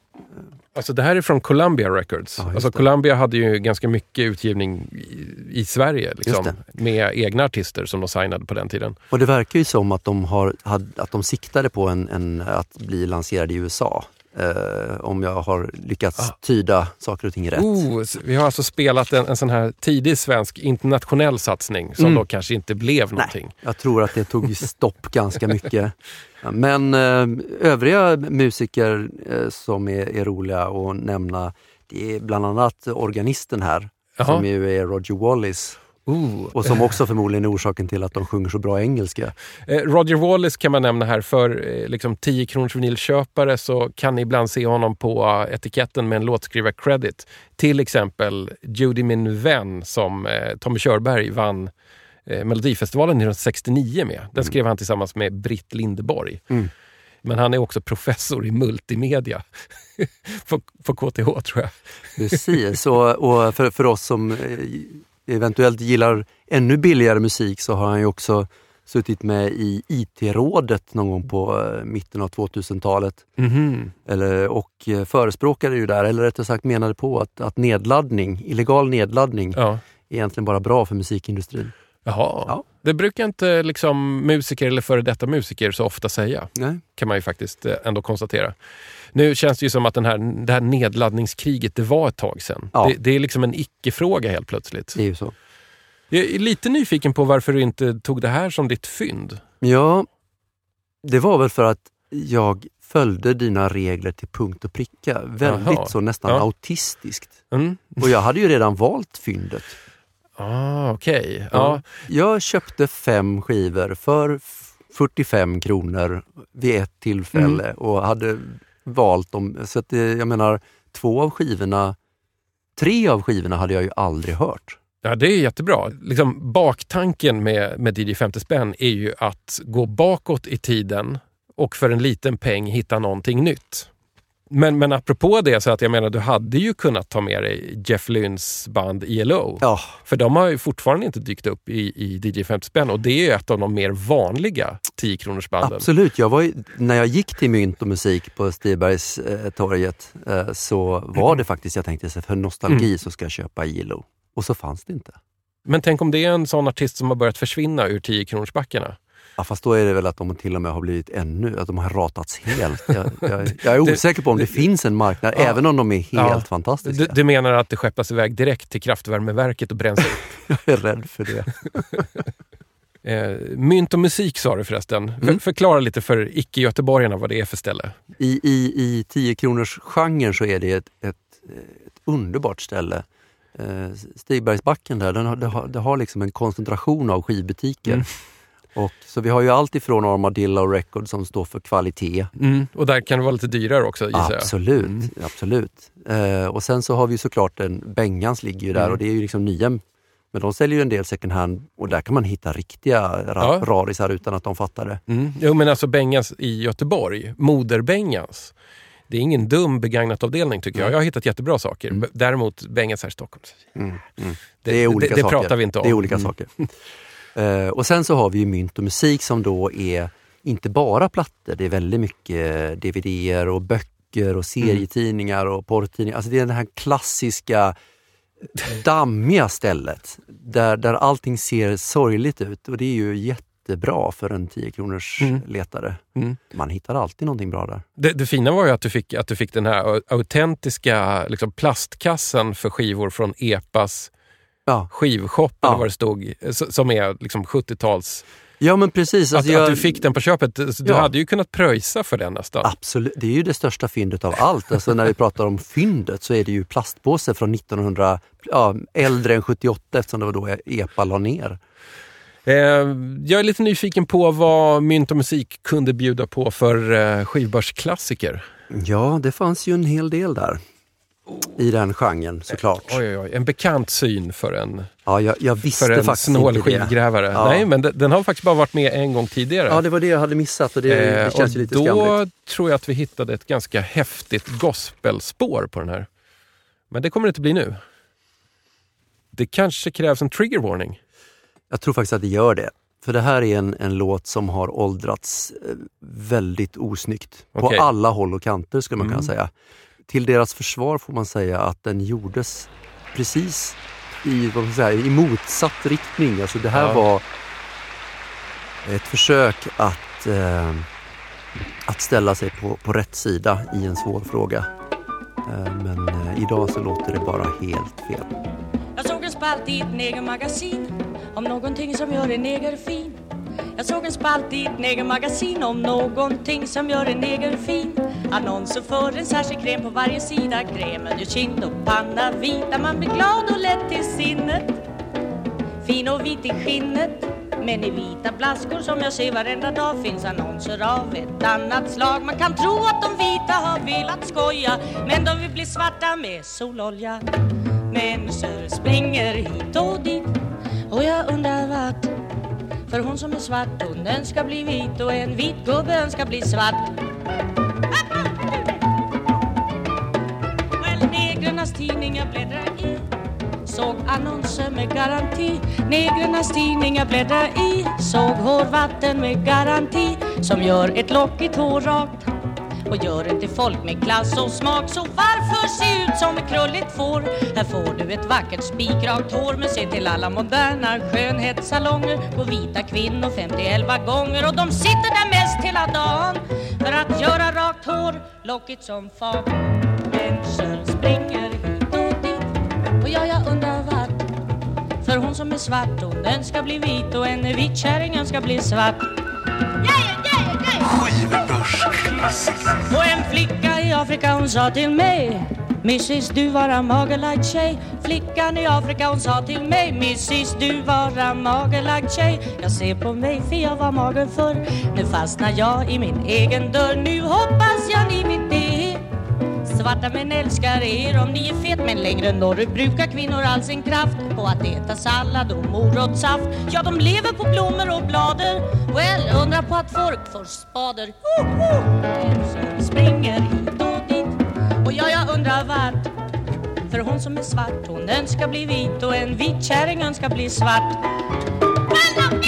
Alltså det här är från Columbia Records. Ja, just alltså det. Columbia hade ju ganska mycket utgivning i, i Sverige liksom, Just med egna artister som de signade på den tiden. Och det verkar ju som att de, har, hade, att de siktade på en, en, att bli lanserade i U S A. Eh, om jag har lyckats Ah. tyda saker och ting rätt. Oh, vi har alltså spelat en, en sån här tidig svensk internationell satsning som Mm. då kanske inte blev någonting. Nej, jag tror att det tog ju stopp ganska mycket. Men eh, övriga musiker eh, som är, är roliga att nämna, det är bland annat organisten här. Jaha. Som ju är Roger Wallace. Oh. Och som också förmodligen är orsaken till att de sjunger så bra engelska. Eh, Roger Wallace kan man nämna här för eh, liksom tio kronors vinylköpare, så kan ni ibland se honom på eh, etiketten med en låtskrivar credit. Till exempel Judy min vän som eh, Tommy Körberg vann eh, Melodifestivalen nittonhundrasextionio med. Den skrev han tillsammans med Britt Lindeborg. Mm. Men han är också professor i multimedia på, på K T H tror jag. Precis, och, och för, för oss som eh, eventuellt gillar ännu billigare musik så har han ju också suttit med i I T-rådet någon gång på eh, mitten av tvåtusentalet. Mhm. Eller, och eh, förespråkade ju där, eller rättare sagt menade på att, att nedladdning, illegal nedladdning Ja. är egentligen bara bra för musikindustrin. Jaha. Ja. Det brukar inte liksom musiker eller före detta musiker så ofta säga. Nej. Kan man ju faktiskt eh, ändå konstatera. Nu känns det ju som att den här, det här nedladdningskriget, det var ett tag sedan. Ja. Det, det är liksom en icke-fråga helt plötsligt. Det är ju så. Jag är lite nyfiken på varför du inte tog det här som ditt fynd. Ja, det var väl för att jag följde dina regler till punkt och pricka. Väldigt Jaha. så nästan Ja. autistiskt. Mm. Och jag hade ju redan valt fyndet. Ah, okej. Ja. Ja. Jag köpte fem skivor för f- fyrtiofem kronor vid ett tillfälle Mm. och hade valt dem. Så att det, jag menar, två av skivorna, tre av skivorna hade jag ju aldrig hört. Ja, det är jättebra. Liksom, baktanken med, med D J femtio spänn är ju att gå bakåt i tiden och för en liten peng hitta någonting nytt. Men, men apropå det, så att jag menar, du hade ju kunnat ta med dig Jeff Lynnes band E L O. Ja, För de har ju fortfarande inte dykt upp i, i D J femtio spänn, och det är ju ett av de mer vanliga tio kronors banden. absolut. Jag var ju, när jag gick till Mynt och musik på Stigbergs eh, torget eh, så var det faktiskt, jag tänkte så för nostalgi Mm. så ska jag köpa E L O. Och så fanns det inte. Men tänk om det är en sån artist som har börjat försvinna ur tio kronors backarna. Ja, fast då är det väl att de till och med har blivit ännu, att de har ratats helt. Jag, jag, jag är osäker på om det finns en marknad, Ja. även om de är helt Ja. fantastiska. Du, du menar att det skeppas iväg direkt till kraftvärmeverket och bränns upp? Jag är rädd för det. Eh, mynt och musik sa du förresten. För, Mm. Förklara lite för icke-göteborgarna vad det är för ställe. I, i, i tio kronors genren så är det ett, ett, ett underbart ställe. Eh, Stigbergsbacken där, den har, det, har, det har liksom en koncentration av skivbutiker. Mm. Och, så vi har ju allt ifrån Armadillo Records som står för kvalitet. Mm. Och där kan det vara lite dyrare också, gissar jag. Absolut, Mm. absolut. Eh, och sen så har vi såklart en, Bengans ligger ju där Mm. och det är ju liksom nya, men de säljer ju en del second hand och där kan man hitta riktiga ra- Ja. rarisar utan att de fattar det. Mm. Jo, men alltså Bengans i Göteborg, Moder Bengans. Det är ingen dum begagnat avdelning tycker jag. Jag har hittat jättebra saker. Mm. Däremot Bengans här i Stockholm. Mm. Mm. Det, Det är olika det, det saker. pratar vi inte om. Det är olika Mm. saker. Eh, och sen så har vi ju Mynt och musik som då är inte bara plattor, det är väldigt mycket D V D-er och böcker och serietidningar och porrtidningar. Alltså det är det här klassiska dammiga stället där, där allting ser sorgligt ut och det är ju jättebra för en tio kronors Mm. letare. Mm. Man hittar alltid någonting bra där. Det, det fina var ju att du fick, att du fick den här au- autentiska liksom, plastkassen för skivor från E P As Ja. skivshop Ja. eller vad det stod, s- som är liksom sjuttio-tals Ja, men precis. Att, Alltså jag, att du fick den på köpet. Du Ja. hade ju kunnat pröjsa för den nästan. Absolut, det är ju det största fyndet av allt. Alltså när vi pratar om fyndet så är det ju plastpåse från nittonhundra, ja, äldre än sjuttioåtta eftersom det var då E P A la ner. Eh, jag är lite nyfiken på vad Mynt och musik kunde bjuda på för eh, skivbörsklassiker. Ja, det fanns ju en hel del där. I den genren såklart. Oj, oj, oj. En bekant syn för en, Ja, jag, jag visste för en faktiskt snål inte det. skivgrävare. Ja. Nej, men den, den har faktiskt bara varit med en gång tidigare. Ja, det var det jag hade missat och det, det Eh, känns och ju lite då skamligt. tror jag att vi hittade ett ganska häftigt gospelspår på den här. Men det kommer det inte bli nu. Det kanske krävs en trigger warning. Jag tror faktiskt att det gör det. För det här är en, en låt som har åldrats eh, väldigt osnyggt. Okej. På alla håll och kanter skulle man Mm. kunna säga. Till deras försvar får man säga att den gjordes precis i, vad man säga, i motsatt riktning. Alltså det här Ja. var ett försök att, eh, att ställa sig på, på rätt sida i en svår fråga. Eh, men eh, idag så låter det bara helt fel. Jag såg en spalt i ett negermagasin om någonting som gör en neger fin. Jag såg en spalt i ett negermagasin om någonting som gör en neger fin. Annonser för en särskild kräm på varje sida. Krämen gör kind och panna vit, där man blir glad och lätt till sinnet. Fin och vit i skinnet, men i vita blaskor som jag ser varenda dag finns annonser av ett annat slag. Man kan tro att de vita har velat skoja, men de vill bli svarta med sololja. Människor springer hit och dit, och jag undrar vart. För hon som är svart, hon önskar bli vit, och en vit gubbe önskar bli svart. Well, negrarnas tidning jag bläddrar i, såg annonser med garanti. Negrarnas tidning jag bläddrar i, såg hårvatten med garanti, som gör ett lockigt hår rakt och gör det till folk med klass och smak. Så varför se ut som ett krulligt får? Här får du ett vackert spikrakt hår. Men se till alla moderna skönhetssalonger, på vita kvinnor femtioelva gånger, och de sitter där mest hela dagen för att göra rakt hår lockigt som fan. Människor springer hit och dit, och ja, jag undrar vart. För hon som är svart, hon önskar bli vit, och en vit kärring önskar bli svart. Yeah, yeah, yeah. Och en flicka i Afrika, hon sa till mig: missis, du vara magerlagd tjej. Flickan i Afrika, hon sa till mig: missis, du vara magerlagd tjej. Jag ser på mig, för jag var mager förr. Nu fastnar jag i min egen dörr. Nu hoppas jag ni vet det. Svarta män älskar er om ni är fet, men längre norrut brukar kvinnor all sin kraft på att äta sallad och morotssaft. Ja, de lever på blommor och blader. Well, undrar på att folk får spader. uh, uh. Så springer hit och dit, och ja, jag undrar vart. För hon som är svart, hon önskar bli vit, och en vit kärring önskar bli svart. Well,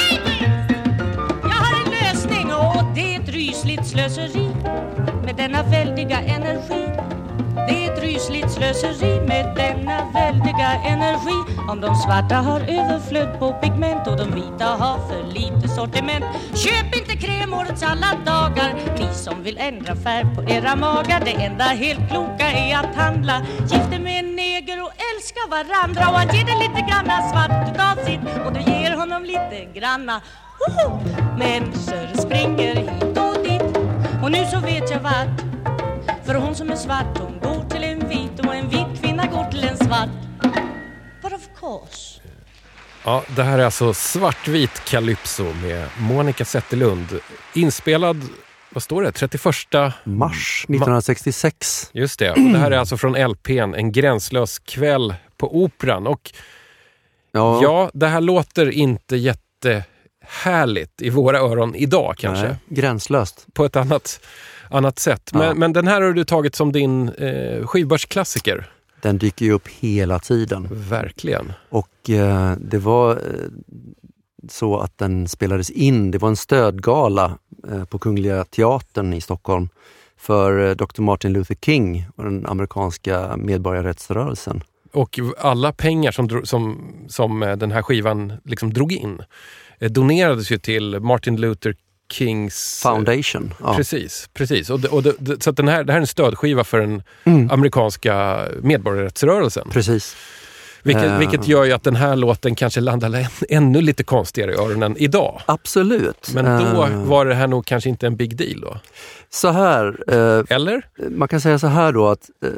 jag har en lösning, och det är ett rysligt slöseri med denna väldiga energi. Det är ett rysligt slöseri med denna väldiga energi. Om de svarta har överflöd på pigment och de vita har för lite sortiment. Köp inte kräm årets alla dagar, ni som vill ändra färg på era magar. Det enda helt kloka är att handla gifte med en neger och älska varandra. Och han ger dig lite granna svart utav sitt, och du ger honom lite granna. Woho! Människor springer hit och dit, och nu så vet jag vart. För hon som är svart, hon går till en vit, och en vit kvinna går till en svart. But of course. Ja, det här är alltså Svartvit Calypso med Monica Zetterlund. Inspelad, vad står det? trettioförsta Mars nittonhundrasextiosex. Just det, och det här är alltså från L P:n En gränslös kväll på Operan. Och Ja, ja, det här låter inte jättehärligt i våra öron idag kanske. nej, gränslöst. På ett annat, annat sätt. Men, Ja. men den här har du tagit som din eh, skivbörsklassiker. Den dyker ju upp hela tiden. Verkligen. Och eh, det var eh, så att den spelades in. Det var en stödgala eh, på Kungliga Teatern i Stockholm för eh, doktor Martin Luther King och den amerikanska medborgarrättsrörelsen. Och alla pengar som, dro- som, som eh, den här skivan liksom drog in eh, donerades ju till Martin Luther Kings Foundation. Ja. Precis, precis. Och, det, och det, så att den här, det här är en stödskiva för den Mm. amerikanska medborgarrättsrörelsen. Precis. Vilket, Eh. vilket gör ju att den här låten kanske landar än, ännu lite konstigare i öronen idag. Absolut. Men då Eh, var det här nog kanske inte en big deal då. Så här, eh, Eller? man kan säga så här då att eh,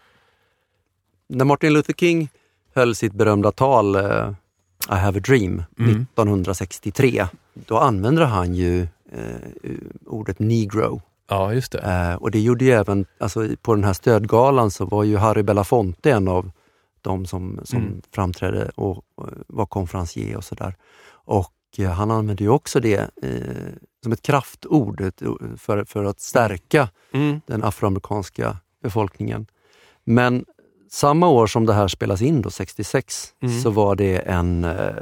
när Martin Luther King höll sitt berömda tal eh, I have a dream Mm. nittonhundrasextiotre, då använde han ju eh, ordet negro. Ja, just det. Eh, och det gjorde ju även, alltså på den här stödgalan så var ju Harry Belafonte en av de som, som Mm. framträdde och, och var konferencier och sådär. Och eh, han använde ju också det eh, som ett kraftord ett, för, för att stärka Mm. den afroamerikanska befolkningen. Men samma år som det här spelas in då, sextiosex, Mm. så var det en eh,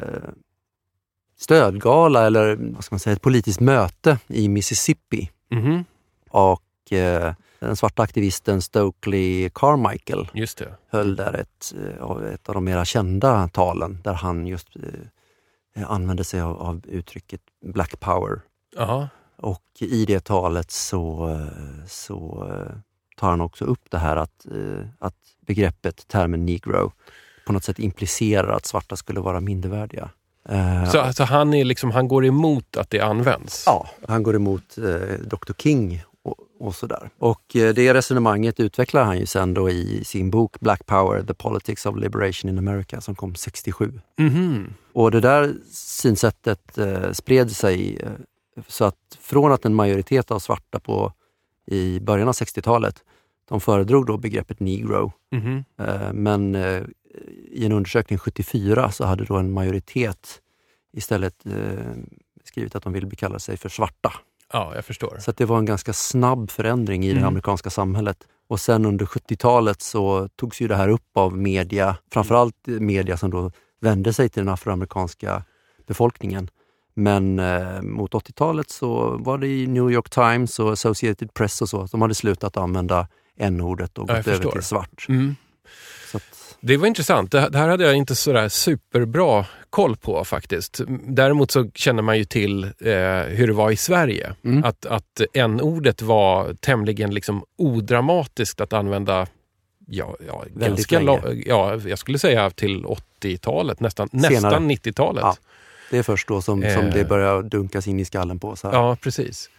stödgala eller vad ska man säga, ett politiskt möte i Mississippi. Mhm. Och eh, den svarta aktivisten Stokely Carmichael Just det. höll där ett, eh, av- ett av de mera kända talen där han just eh, använde sig av, av uttrycket Black Power. Ja. Och i det talet så, eh, så eh, tar han också upp det här att, eh, att begreppet, termen negro, på något sätt implicerar att svarta skulle vara mindervärdiga. Eh, Så alltså han, är liksom, han går emot att det används? Ja, han går emot eh, doktor King och, och sådär. Och eh, det resonemanget utvecklar han ju sen då i sin bok Black Power, The Politics of Liberation in America, som kom sextiosju. Mhm. Och det där synsättet eh, spred sig eh, så att från att en majoritet av svarta på i början av sextiotalet, de föredrog då begreppet negro. Mhm. Eh, men eh, i en undersökning sjuttiofyra så hade då en majoritet istället eh, skrivit att de ville kalla sig för svarta. Ja, jag förstår. Så att det var en ganska snabb förändring i Mm. det amerikanska samhället. Och sen under sjuttiotalet så togs ju det här upp av media, framförallt media som då vände sig till den afroamerikanska befolkningen. Men eh, mot åttiotalet så var det i New York Times och Associated Press och så, de hade slutat använda n-ordet och Ja, jag gått över förstår. till svart. Mm. Så att, Det var intressant. Det, det här hade jag inte sådär superbra koll på faktiskt. Däremot så känner man ju till eh, hur det var i Sverige. Mm. Att, att n-ordet var tämligen liksom odramatiskt att använda, ja, ja, ganska länge. lång, ja, jag skulle säga till åttiotalet, nästan, Senare. nästan nittiotalet. Ja. det är först då som, som Eh. det börjar dunkas in i skallen på. Så här. Ja, precis.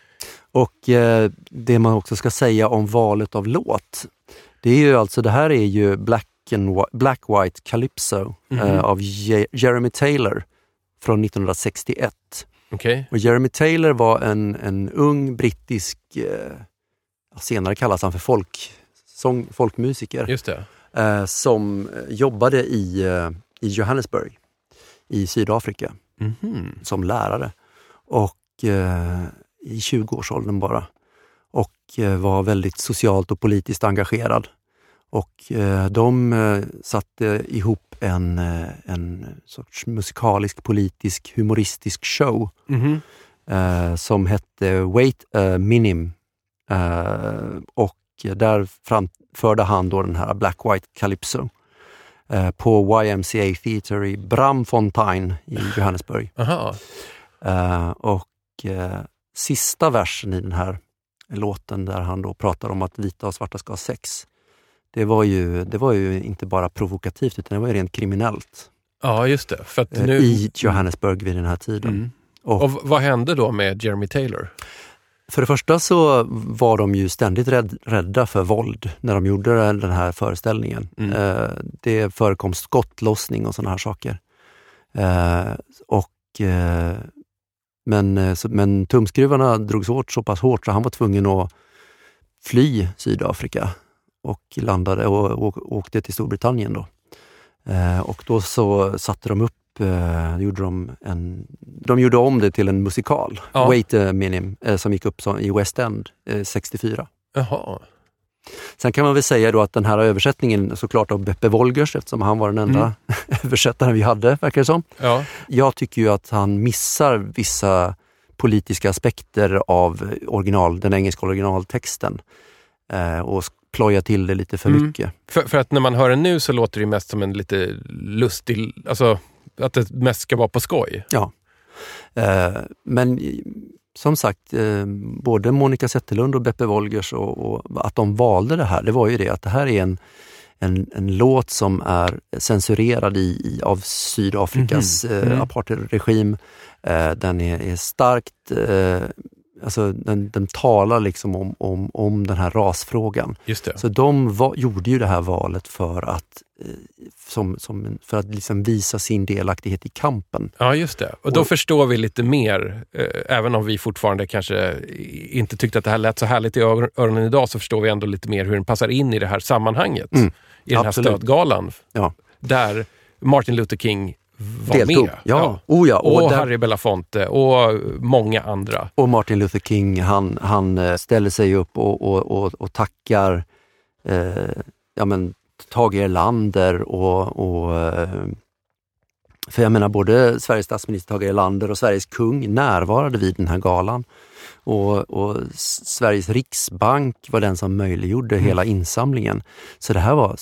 Och eh, det man också ska säga om valet av låt, det är ju alltså, det här är ju Black, and Whi- Black White Calypso Mhm. eh, av Je- Jeremy Taylor från nittonhundrasextioett. Okej. Och Jeremy Taylor var en, en ung brittisk, eh, senare kallas han för folk, sång, folkmusiker, Just det. eh, som jobbade i, eh, i Johannesburg i Sydafrika Mhm. som lärare. Och eh, i tjugo-årsåldern bara. Och eh, var väldigt socialt och politiskt engagerad. Och eh, de eh, satte ihop en, eh, en sorts musikalisk, politisk, humoristisk show Mhm. eh, som hette Wait a Minim. Eh, och där framförde han då den här Black White Calypso eh, på Y M C A Theatre i Bramfontein i Johannesburg. Aha. Eh, och eh, sista versen i den här låten där han då pratar om att vita och svarta ska ha sex. Det var ju, det var ju inte bara provokativt utan det var ju rent kriminellt Ja, just det. För att eh, nu... i Johannesburg vid den här tiden. Mm. Och Och v- vad hände då med Jeremy Taylor? för det första så var de ju ständigt rädd, rädda för våld när de gjorde den här föreställningen. Mm. Eh, det förekom skottlossning och sådana här saker. Eh, och, eh, men, eh, så, men tumskruvarna drogs åt så pass hårt så han var tvungen att fly Sydafrika och landade och, och åkte till Storbritannien då. Eh, och då så satte de upp eh, gjorde de, en, de gjorde om det till en musikal, Ja. Wait a Minim, eh, som gick upp som, i West End eh, sextiofyra. Jaha. Sen kan man väl säga då att den här översättningen såklart av Beppe Wolgers, eftersom han var den enda Mm. översättaren vi hade, verkar det som. Ja. Jag tycker ju att han missar vissa politiska aspekter av original, den engelska originaltexten eh, och plojar till det lite för Mm. mycket. För, för att när man hör den nu så låter det mest som en lite lustig, alltså att det mest ska vara på skoj. Ja. Eh, men i- som sagt, eh, både Monica Zetterlund och Beppe Wolgers och, och att de valde det här, det var ju det att det här är en, en, en låt som är censurerad i, i, av Sydafrikas Mhm. eh, Mm. apartheidregim. Eh, den är, är starkt, eh, alltså den, den talar liksom om, om, om den här rasfrågan. Just det. Så de va, gjorde ju det här valet för att, eh, som, som, en- för att liksom visa sin delaktighet i kampen. Ja, just det. Och då Och- förstår vi lite mer, eh, även om vi fortfarande kanske inte tyckte att det här lät så härligt i ör- öronen idag, så förstår vi ändå lite mer hur den passar in i det här sammanhanget. Mm, I den här absolut. stödgalan. Ja. Där Martin Luther King var Deltog. med. Ja. Oh ja. Och, Och där- Harry Belafonte och många andra. Och Martin Luther King, han, han eh, ställer sig upp och, och, och, och tackar eh, ja, men, Tage Erlander och, och eh, för jag menar både Sveriges statsminister Tage Erlander och Sveriges kung närvarade vid den här galan. Och, och S- Sveriges riksbank var den som möjliggjorde Mm. hela insamlingen. Så det här var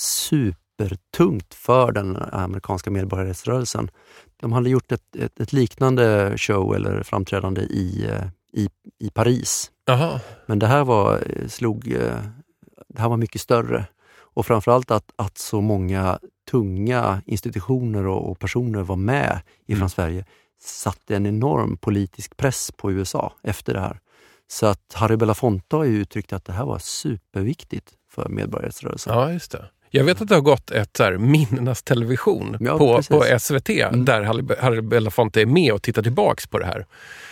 supertungt för den amerikanska medborgarrättsrörelsen. De hade gjort ett, ett, ett liknande show eller framträdande i, eh, i, i Paris. Jaha. Men det här var, eh, slog, eh, det här var mycket större. Och framförallt att, att så många tunga institutioner och, och personer var med ifrån Mm. Sverige satte en enorm politisk press på U S A efter det här. Så att Harry Belafonte har ju uttryckt att det här var superviktigt för medborgarrättsrörelsen. Ja, just det. Jag vet att det har gått ett så här minnas television Ja, på, precis. på S V T Mm. där Harry, Harry Belafonte är med och tittar tillbaks på det här.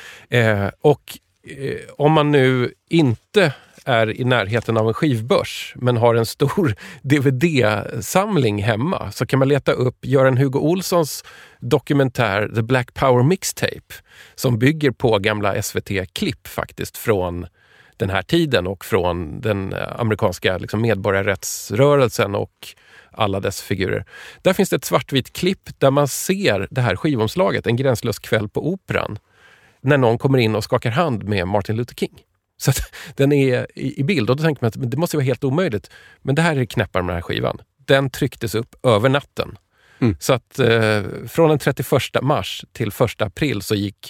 Eh, och eh, om man nu inte är i närheten av en skivbörs men har en stor D V D-samling hemma, så kan man leta upp Göran Hugo Olssons dokumentär The Black Power Mixtape, som bygger på gamla S V T-klipp faktiskt från den här tiden och från den eh, amerikanska liksom, medborgarrättsrörelsen och alla dess figurer. Där finns det ett svartvitt klipp där man ser det här skivomslaget, En gränslös kväll på operan, när någon kommer in och skakar hand med Martin Luther King. Så att den är i, i bild, och då tänker man att men det måste vara helt omöjligt. Men det här är knäppar med den här skivan. Den trycktes upp över natten. Mm. Så att eh, från den trettioförsta mars till första april så gick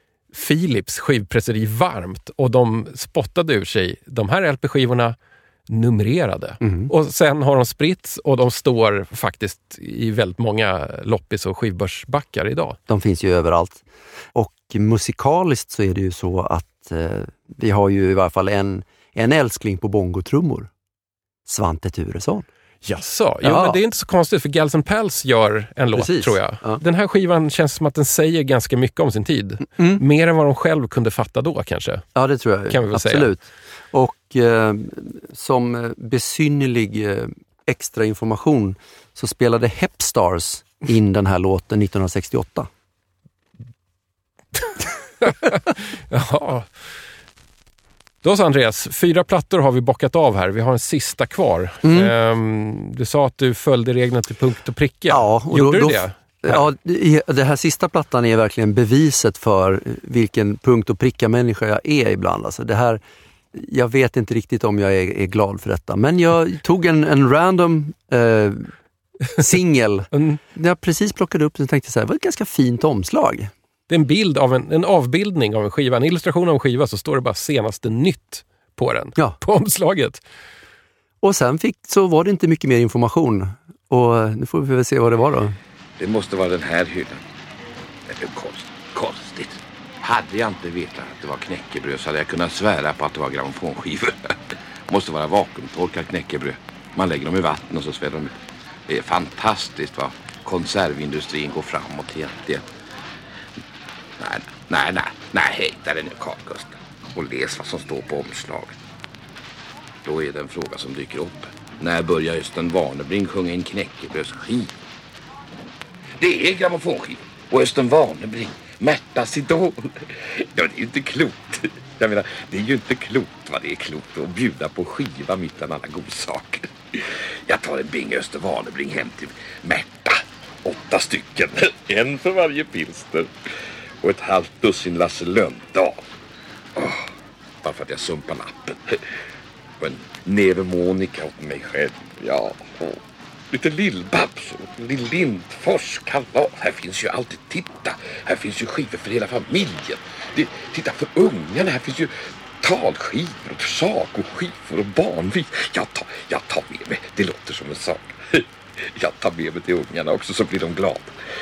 Philips skivpresseri varmt och de spottade ur sig de här L P-skivorna numrerade. Mm. Och sen har de spritts och de står faktiskt i väldigt många loppis- och skivbörsbackar idag. De finns ju överallt. Och musikaliskt så är det ju så att eh, vi har ju i varje fall en, en älskling på bongotrummor. Svante Thuresson. Jaså? Jo, Ja. men det är inte så konstigt för Guns N' Pals gör en låt, Precis. tror jag. Ja. Den här skivan känns som att den säger ganska mycket om sin tid. Mm. Mer än vad de själv kunde fatta då kanske. Ja, det tror jag. Kan vi väl säga. Absolut. Och eh, som eh, besynnerlig eh, extra information så spelade Hepstars in den här låten nittonhundrasextioåtta. Jaha. Då så Andreas, fyra plattor har vi bockat av här. Vi har en sista kvar. Mm. Ehm, du sa att du följde reglerna till punkt och pricka. Ja, och Gjorde då- du då- det? Ja, det det här sista plattan är verkligen beviset för vilken punkt och pricka människa jag är ibland. Alltså det här, jag vet inte riktigt om jag är, är glad för detta. Men jag tog en, en random eh, singel. Mm. När jag precis plockade upp den tänkte jag så här, det var ett ganska fint omslag. Det är en bild av en, en avbildning av en skiva. En illustration av en skiva, så står det bara senaste nytt på den. Ja. På omslaget. Och sen fick, så var det inte mycket mer information. Och nu får vi väl se vad det var då. Det måste vara den här hyllan. Det är konst, konstigt. Hade jag inte vetat att det var knäckebröd så hade jag kunnat svära på att det var grammofonskivor. Måste vara vakuumtorkat knäckebröd. Man lägger dem i vatten och så sväller de ut. Det är fantastiskt vad konservindustrin går framåt egentligen. Nej, nej, nej, nej, hejta det nu Carl Gustaf. Och läs vad som står på omslaget. Då är det en fråga som dyker upp. När börjar Östen Warnerbring sjunga en knäckebrödsskiva? Det är grammofonskivor. Och Östen Warnerbring, Märtas idol. Ja, det är ju inte klokt. Jag menar, det är ju inte klokt vad det är klokt att bjuda på skiva mitt bland alla godsaker. Jag tar en bing Östen Warnerbring hem till Märta. Åtta stycken. En för varje pilster. Och ett halvt dussin Lasse Lönndahl. Åh, bara för att jag sumpar lappen. Och en neve Monica åt mig själv. Ja, och lite Lill-Babs och Lill Lindfors kalas. Här finns ju alltid, titta. Här finns ju skivor för hela familjen. Det, titta för ungarna. Här finns ju talskivor och sagoskivor och barnvis. Jag tar, jag tar med mig, det låter som en sak. Jag tar med mig till ungarna också så blir de glada.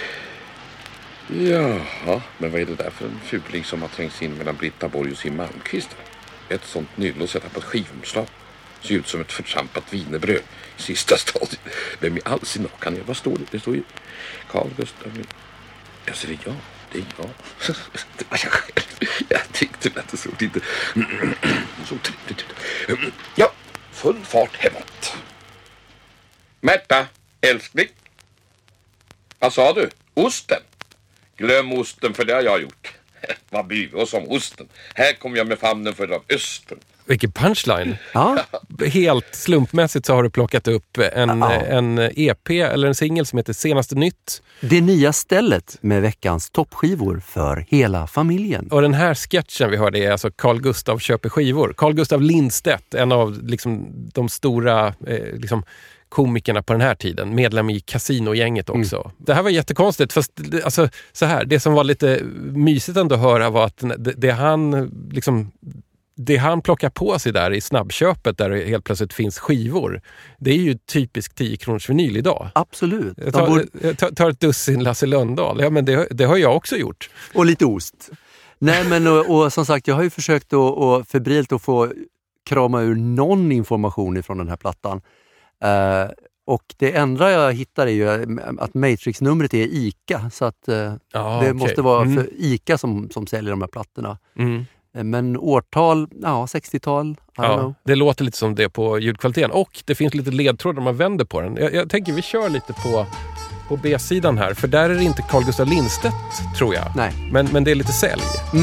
Jaha, men vad är det där för en fuling som har trängts in mellan Britta Borg och Siw Malmkvist? Ett sånt nyll att sätta på ett skivomslag. Ser ut som ett förtrampat wienerbröd i sista stadiet. Vem i all sin kan jag? Vad står det? Det står ju Carl Gustaf. Jag ser det jag. Det är jag. Det var jag själv. Jag tyckte att det såg lite så trevligt ut. Ja, full fart hemåt. Märta, älskling. Vad sa du? Osten? Glöm osten, för det har jag gjort. Vad bryr vi oss om osten? Här kommer jag med famnen för av östen. Vilken punchline. Ja. Helt slumpmässigt så har du plockat upp en, Ja. en E P eller en singel som heter Senaste Nytt. Det nya stället med veckans toppskivor för hela familjen. Och den här sketchen vi hörde är alltså Carl Gustaf köper skivor. Carl Gustaf Lindstedt, en av liksom, de stora eh, liksom, komikerna på den här tiden, medlem i Casino-gänget också. Mm. Det här var jättekonstigt, fast alltså, så här, det som var lite mysigt ändå att höra var att det, det han liksom det han plockar på sig där i snabbköpet där det helt plötsligt finns skivor, det är ju typiskt tio kronors vinyl idag. Absolut. Jag tar, borde... jag tar, tar ett dussin Lasse Lönndahl. Ja, men det, det har jag också gjort. Och lite ost. Nej, men och, och som sagt, jag har ju försökt att, och febrilt att få krama ur någon information ifrån den här plattan. Uh, och det enda jag hittar är ju att Matrix-numret är ICA, så att uh, ah, det okay. måste vara mm. för ICA som, som säljer de här plattorna. Mm. Men årtal, ja, sextiotal. Ja, det låter lite som det på ljudkvaliteten. Och det finns lite ledtrådar man vänder på den. Jag, jag tänker vi kör lite på, på B-sidan här. För där är det inte Carl Gustaf Lindstedt, tror jag. Nej. Men, men det är lite sälj. Mm.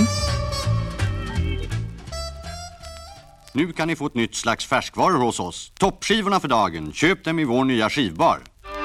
Nu kan ni få ett nytt slags färskvaror hos oss. Toppskivorna för dagen. Köp dem i vår nya skivbar.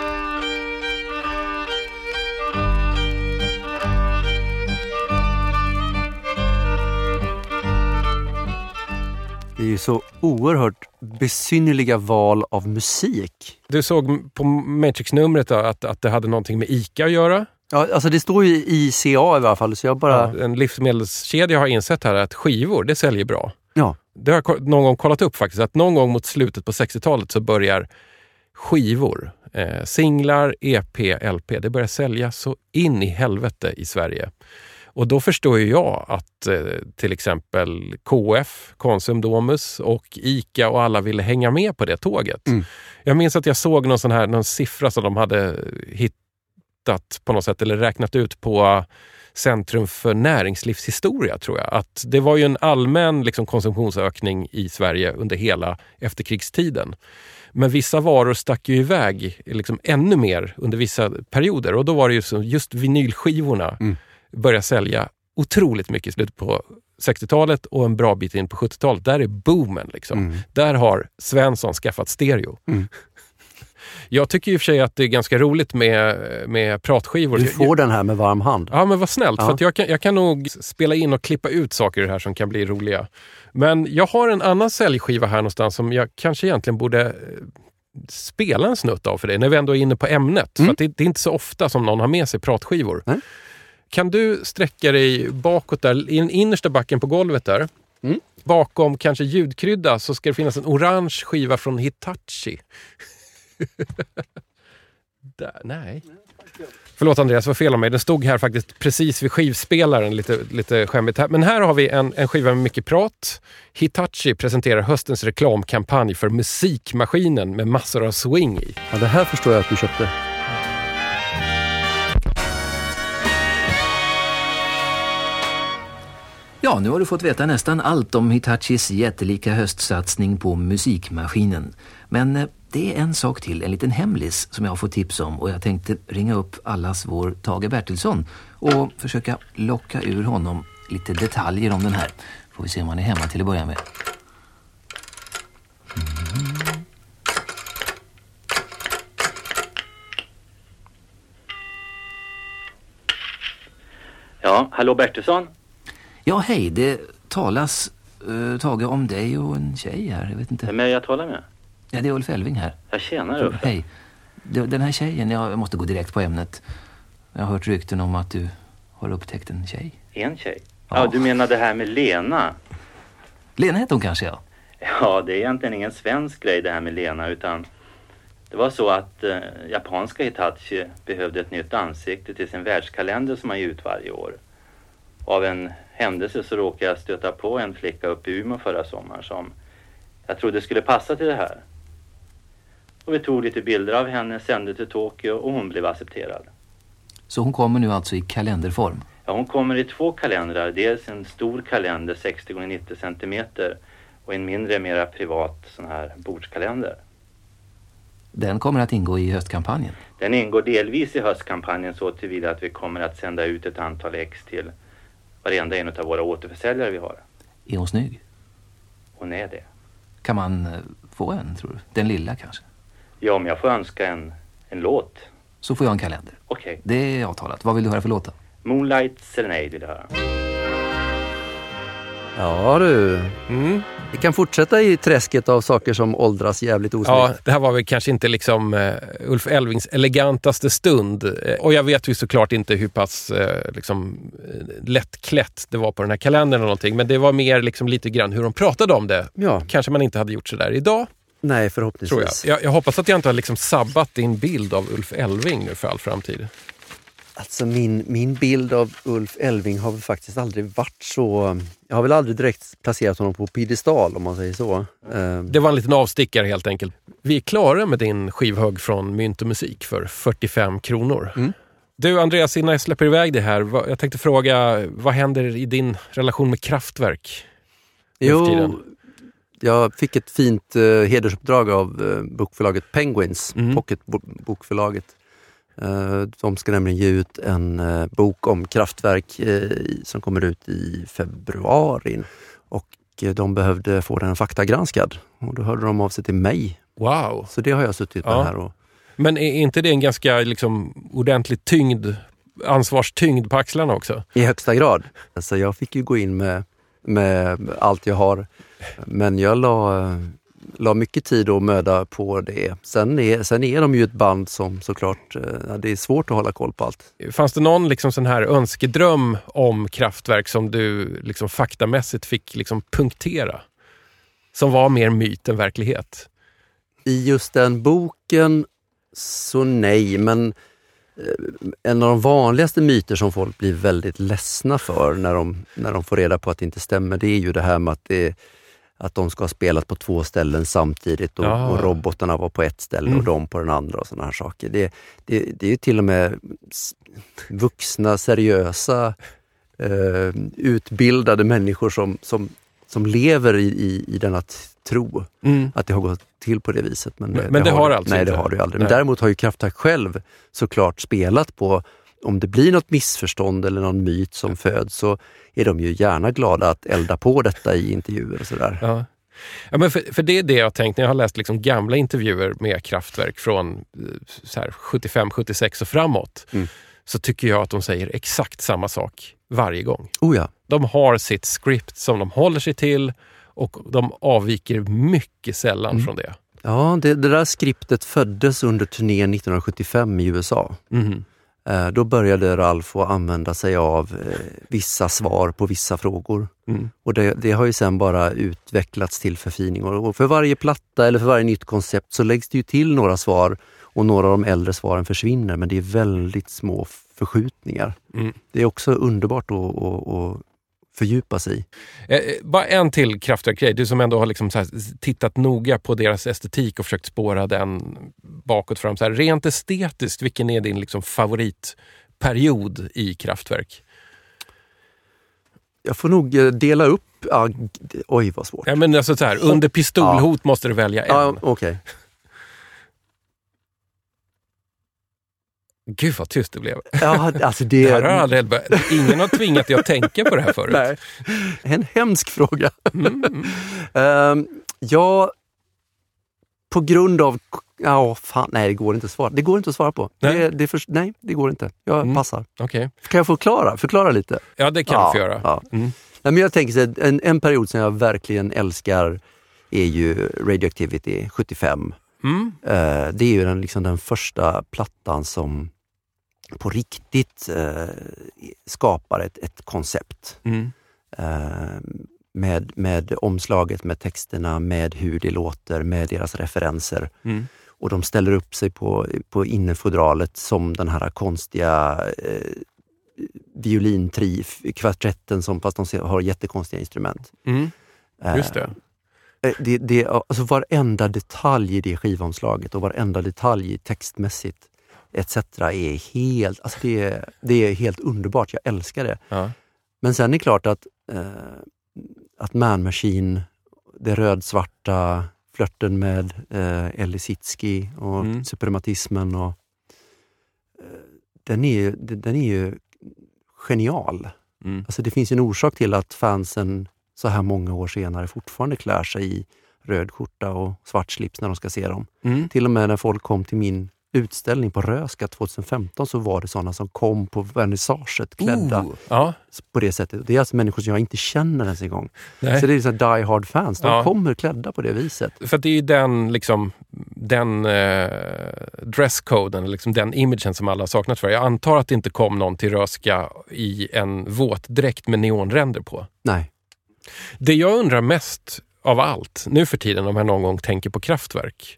Det är ju så oerhört besynnerliga val av musik. Du såg på Matrix-numret då, att, att det hade någonting med ICA att göra? Ja, alltså det står ju i C A i alla fall, så jag bara... Ja, en livsmedelskedja har insett här att skivor, det säljer bra. Ja. Det har jag någon gång kollat upp faktiskt, att någon gång mot slutet på sextiotalet så börjar skivor, eh, singlar, E P, L P, det börjar sälja så in i helvete i Sverige. Och då förstår ju jag att eh, till exempel K F, Konsum, Domus och ICA och alla ville hänga med på det tåget. Mm. Jag minns att jag såg någon sån här någon siffra som de hade hittat på något sätt eller räknat ut på Centrum för näringslivshistoria, tror jag. Att det var ju en allmän liksom, konsumtionsökning i Sverige under hela efterkrigstiden. Men vissa varor stack ju iväg liksom, ännu mer under vissa perioder. Och då var det ju så, just vinylskivorna mm. började sälja otroligt mycket i slutet på sextiotalet och en bra bit in på sjuttiotalet. Där är boomen liksom. Mm. Där har Svensson skaffat stereo. Mm. Jag tycker i och för sig att det är ganska roligt med, med pratskivor. Du får jag, den här med varm hand. Ja, men vad snällt. Ja. För att jag, kan, jag kan nog spela in och klippa ut saker i det här som kan bli roliga. Men jag har en annan säljskiva här någonstans som jag kanske egentligen borde spela en snutt av för dig. När vi ändå är inne på ämnet. Mm. För att det, det är inte så ofta som någon har med sig pratskivor. Mm. Kan du sträcka dig bakåt där, i den innersta backen på golvet där. Mm. Bakom kanske ljudkrydda så ska det finnas en orange skiva från Hitachi. Där, nej. Förlåt Andreas, vad fel av mig. Den stod här faktiskt precis vid skivspelaren, lite, lite skämmigt här. Men här har vi en, en skiva med mycket prat. Hitachi presenterar höstens reklamkampanj för musikmaskinen med massor av swing i. Ja, det här förstår jag att du köpte. Ja, nu har du fått veta nästan allt om Hitachis jättelika höstsatsning på musikmaskinen. Men eh, det är en sak till, en liten hemlis som jag har fått tips om. Och jag tänkte ringa upp allas vår Tage Bertilsson och försöka locka ur honom lite detaljer om den här. Får vi se om han är hemma till att börja med. Mm. Ja, hallå Bertilsson. Ja, hej. Det talas, uh, Tage, om dig och en tjej här. Jag vet inte. Vem är jag talar med? Ja, det är Ulf Elving här. Jag tjänar Ulf. Hej. Den här tjejen, jag måste gå direkt på ämnet. Jag har hört rykten om att du har upptäckt en tjej. En tjej? Ja, ja du menar det här med Lena? Lena heter hon kanske, ja. Ja, det är egentligen ingen svensk grej det här med Lena, utan det var så att eh, japanska Hitachi behövde ett nytt ansikte till sin världskalender som man ger ut varje år. Av en händelse så råkade jag stöta på en flicka uppe i Umeå förra sommaren som jag trodde skulle passa till det här. Och vi tog lite bilder av henne, sände till Tokyo och hon blev accepterad. Så hon kommer nu alltså i kalenderform? Ja, hon kommer i två kalendrar. Dels en stor kalender, sextio gånger nittio centimeter, och en mindre, mera privat sån här bordskalender. Den kommer att ingå i höstkampanjen? Den ingår delvis i höstkampanjen så tillvida att vi kommer att sända ut ett antal ex till varenda en av våra återförsäljare vi har. Är hon snygg? Hon är det. Kan man eh, få en, tror du? Den lilla kanske? Ja, om jag får önska en, en låt. Så får jag en kalender. Okej. Okay. Det är avtalat. Vad vill du höra för låta? Moonlight Serenade vill jag höra. Ja du, Mm. vi kan fortsätta i träsket av saker som åldras jävligt osnyggt. Ja, det här var väl kanske inte liksom uh, Ulf Elvings elegantaste stund. Uh, och jag vet ju såklart inte hur pass uh, liksom, uh, lättklätt det var på den här kalendern eller någonting. Men det var mer liksom lite grann hur de pratade om det. Ja. Kanske man inte hade gjort så där idag. Nej, förhoppningsvis. Tror jag. Jag, jag hoppas att jag inte har liksom sabbat din bild av Ulf Elving nu för all framtid. Alltså min, min bild av Ulf Elving har väl faktiskt aldrig varit så... Jag har väl aldrig direkt placerat honom på piedestal om man säger så. Det var en liten avstickare helt enkelt. Vi är klara med din skivhög från Mynt och Musik för fyrtiofem kronor. Mm. Du Andreas, innan jag släpper iväg det här, jag tänkte fråga, vad händer i din relation med Kraftwerk? Jo, jag fick ett fint uh, hedersuppdrag av uh, bokförlaget Penguins, Mm. Pocket-bokförlaget. Uh, de ska nämligen ge ut en uh, bok om Kraftwerk uh, som kommer ut i februari. Och uh, de behövde få den faktagranskad. Och då hörde de av sig till mig. Wow! Så det har jag suttit med Ja. här. Och... Men är inte det en ganska liksom, ordentligt tyngd, ansvarstyngd på axlarna också? I högsta grad. Alltså jag fick ju gå in med, med allt jag har. Men jag la, la mycket tid och möda på det. Sen är, sen är de ju ett band som såklart, ja, det är svårt att hålla koll på allt. Fanns det någon liksom sån här önskedröm om Kraftwerk som du liksom faktamässigt fick liksom punktera? Som var mer myt än verklighet? I just den boken så nej, men en av de vanligaste myter som folk blir väldigt ledsna för när de, när de får reda på att det inte stämmer, det är ju det här med att, det, att de ska ha spelat på två ställen samtidigt och, Ja. och robotarna var på ett ställe Mm. och de på den andra och sådana här saker. Det, det, det är ju till och med s- vuxna, seriösa, eh, utbildade människor som, som, som lever i, i, i denna t- tro Mm. att det har gått till på det viset. Men det, Men det har det alltså Nej, inte? det har det ju aldrig. Men Nej. däremot har ju Kraftwerk själv såklart spelat på, om det blir något missförstånd eller någon myt som föds, så är de ju gärna glada att elda på detta i intervjuer och sådär. Ja. Ja, men för, för det är det jag har tänkt när jag har läst liksom gamla intervjuer med Kraftwerk från eh, så här sjuttiofem sjuttiosex och framåt. Mm. Så tycker jag att de säger exakt samma sak varje gång. Oh ja. De har sitt script som de håller sig till och de avviker mycket sällan Mm. från det. Ja, det, det där skriptet föddes under turnén nittonhundrasjuttiofem i U S A. Mhm. Eh, då började Ralf att använda sig av eh, vissa svar på vissa frågor. Mm. Och det, det har ju sen bara utvecklats till förfining. Och, och för varje platta eller för varje nytt koncept så läggs det ju till några svar och några av de äldre svaren försvinner. Men det är väldigt små förskjutningar. Mm. Det är också underbart att, att, att fördjupa sig i. Eh, eh, bara en till Kraftwerk-grej. Du som ändå har liksom så här tittat noga på deras estetik och försökt spåra den bakåt fram. Så här, rent estetiskt, vilken är din liksom favoritperiod i Kraftwerk? Jag får nog eh, dela upp... Ah, g- oj, vad svårt. Ja, men alltså så här, under pistolhot måste du välja en. Ja, okej. Gud vad tyst det blev. Ja, alltså det... Det här har jag aldrig börjat. Ingen har tvingat dig att tänka på det här förut. Nej. En hemsk fråga. Mm. Ehm, ja, på grund av... Ja, fan, nej, det går inte att svara. Det går inte att svara på. Nej. Det, det för, nej, det går inte. Jag Mm. passar. Okej. Kan jag förklara? Förklara lite? Ja, det kan Ja, du få göra. ja. Mm. Nej, men jag tänker så här, en, en period som jag verkligen älskar är ju Radioactivity sjuttiofem. Mm. Eh, det är ju den, liksom den första plattan som på riktigt eh, skapar ett, ett koncept. Mm. Eh, med, med omslaget, med texterna, med hur det låter, med deras referenser. Mm. Och de ställer upp sig på, på innerfodralet som den här konstiga eh, violintri, kvartetten som fast de har jättekonstiga instrument. Mm. Just det. Eh, det, det alltså varenda detalj i det skivomslaget och varenda detalj textmässigt et cetera är helt, alltså det, är, det är helt underbart. Jag älskar det. Ja. Men sen är det klart att, eh, att Man Machine, det rödsvarta, flörten med eh, Ellie Sitsky och Mm. suprematismen och eh, den är ju, den är ju genial. Mm. Alltså det finns en orsak till att fansen så här många år senare fortfarande klär sig i röd skjorta och svart slips när de ska se dem. Mm. Till och med när folk kom till min utställning på Röska tjugohundrafemton så var det sådana som kom på vernissaget klädda Oh, ja. på det sättet. Det är alltså människor som jag inte känner ens en gång. Nej. Så det är så här die hard fans. De Ja. kommer klädda på det viset. För att det är ju den, liksom, den eh, dresscoden, liksom den imagen som alla har saknat för. Jag antar att det inte kom någon till Röska i en våtdräkt med neonränder på. Nej. Det jag undrar mest av allt nu för tiden, om jag någon gång tänker på Kraftwerk,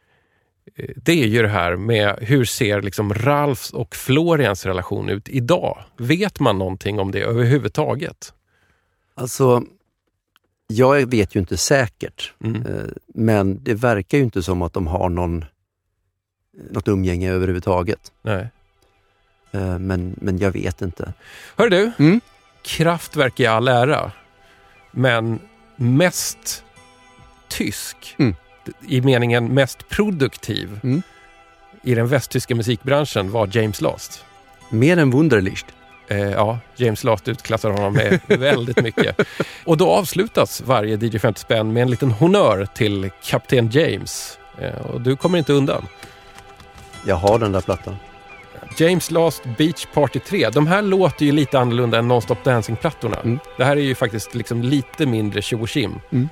det är ju det här med hur ser liksom Ralfs och Florians relation ut idag? Vet man någonting om det överhuvudtaget? Alltså, jag vet ju inte säkert. Mm. Eh, Men det verkar ju inte som att de har någon, något umgänge överhuvudtaget. Nej. Eh, Men, men jag vet inte. Hör du, Mm. Kraftwerk i all ära, men mest tysk, Mm. i meningen mest produktiv Mm. i den västtyska musikbranschen var James Last. Mer än Wunderlicht. Eh, ja, James Last utklassar honom med väldigt mycket. Och då avslutas varje D J femtio spänn med en liten honör till Kapten James. Eh, och du kommer inte undan. Jag har den där plattan. James Last Beach Party tre. De här låter ju lite annorlunda än Non-Stop Dancing-plattorna. Mm. Det här är ju faktiskt liksom lite mindre tjo och tjim. Mm.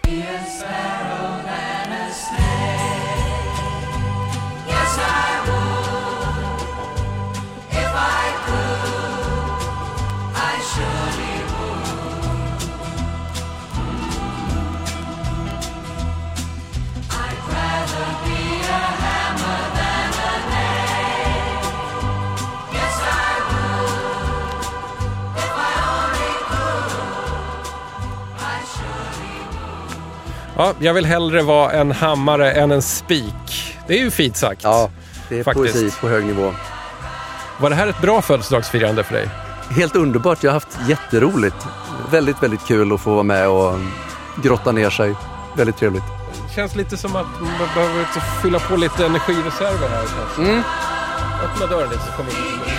Ja, jag vill hellre vara en hammare än en spik. Det är ju fint sagt. Ja, det är Faktiskt. poesi på hög nivå. Var det här ett bra födelsedagsfirande för dig? Helt underbart. Jag har haft jätteroligt. Väldigt, väldigt kul att få vara med och grotta ner sig. Väldigt trevligt. Det känns lite som att man behöver fylla på lite energireserver här. Kanske. Mm. Öppna dörren lite så kommer vi lite.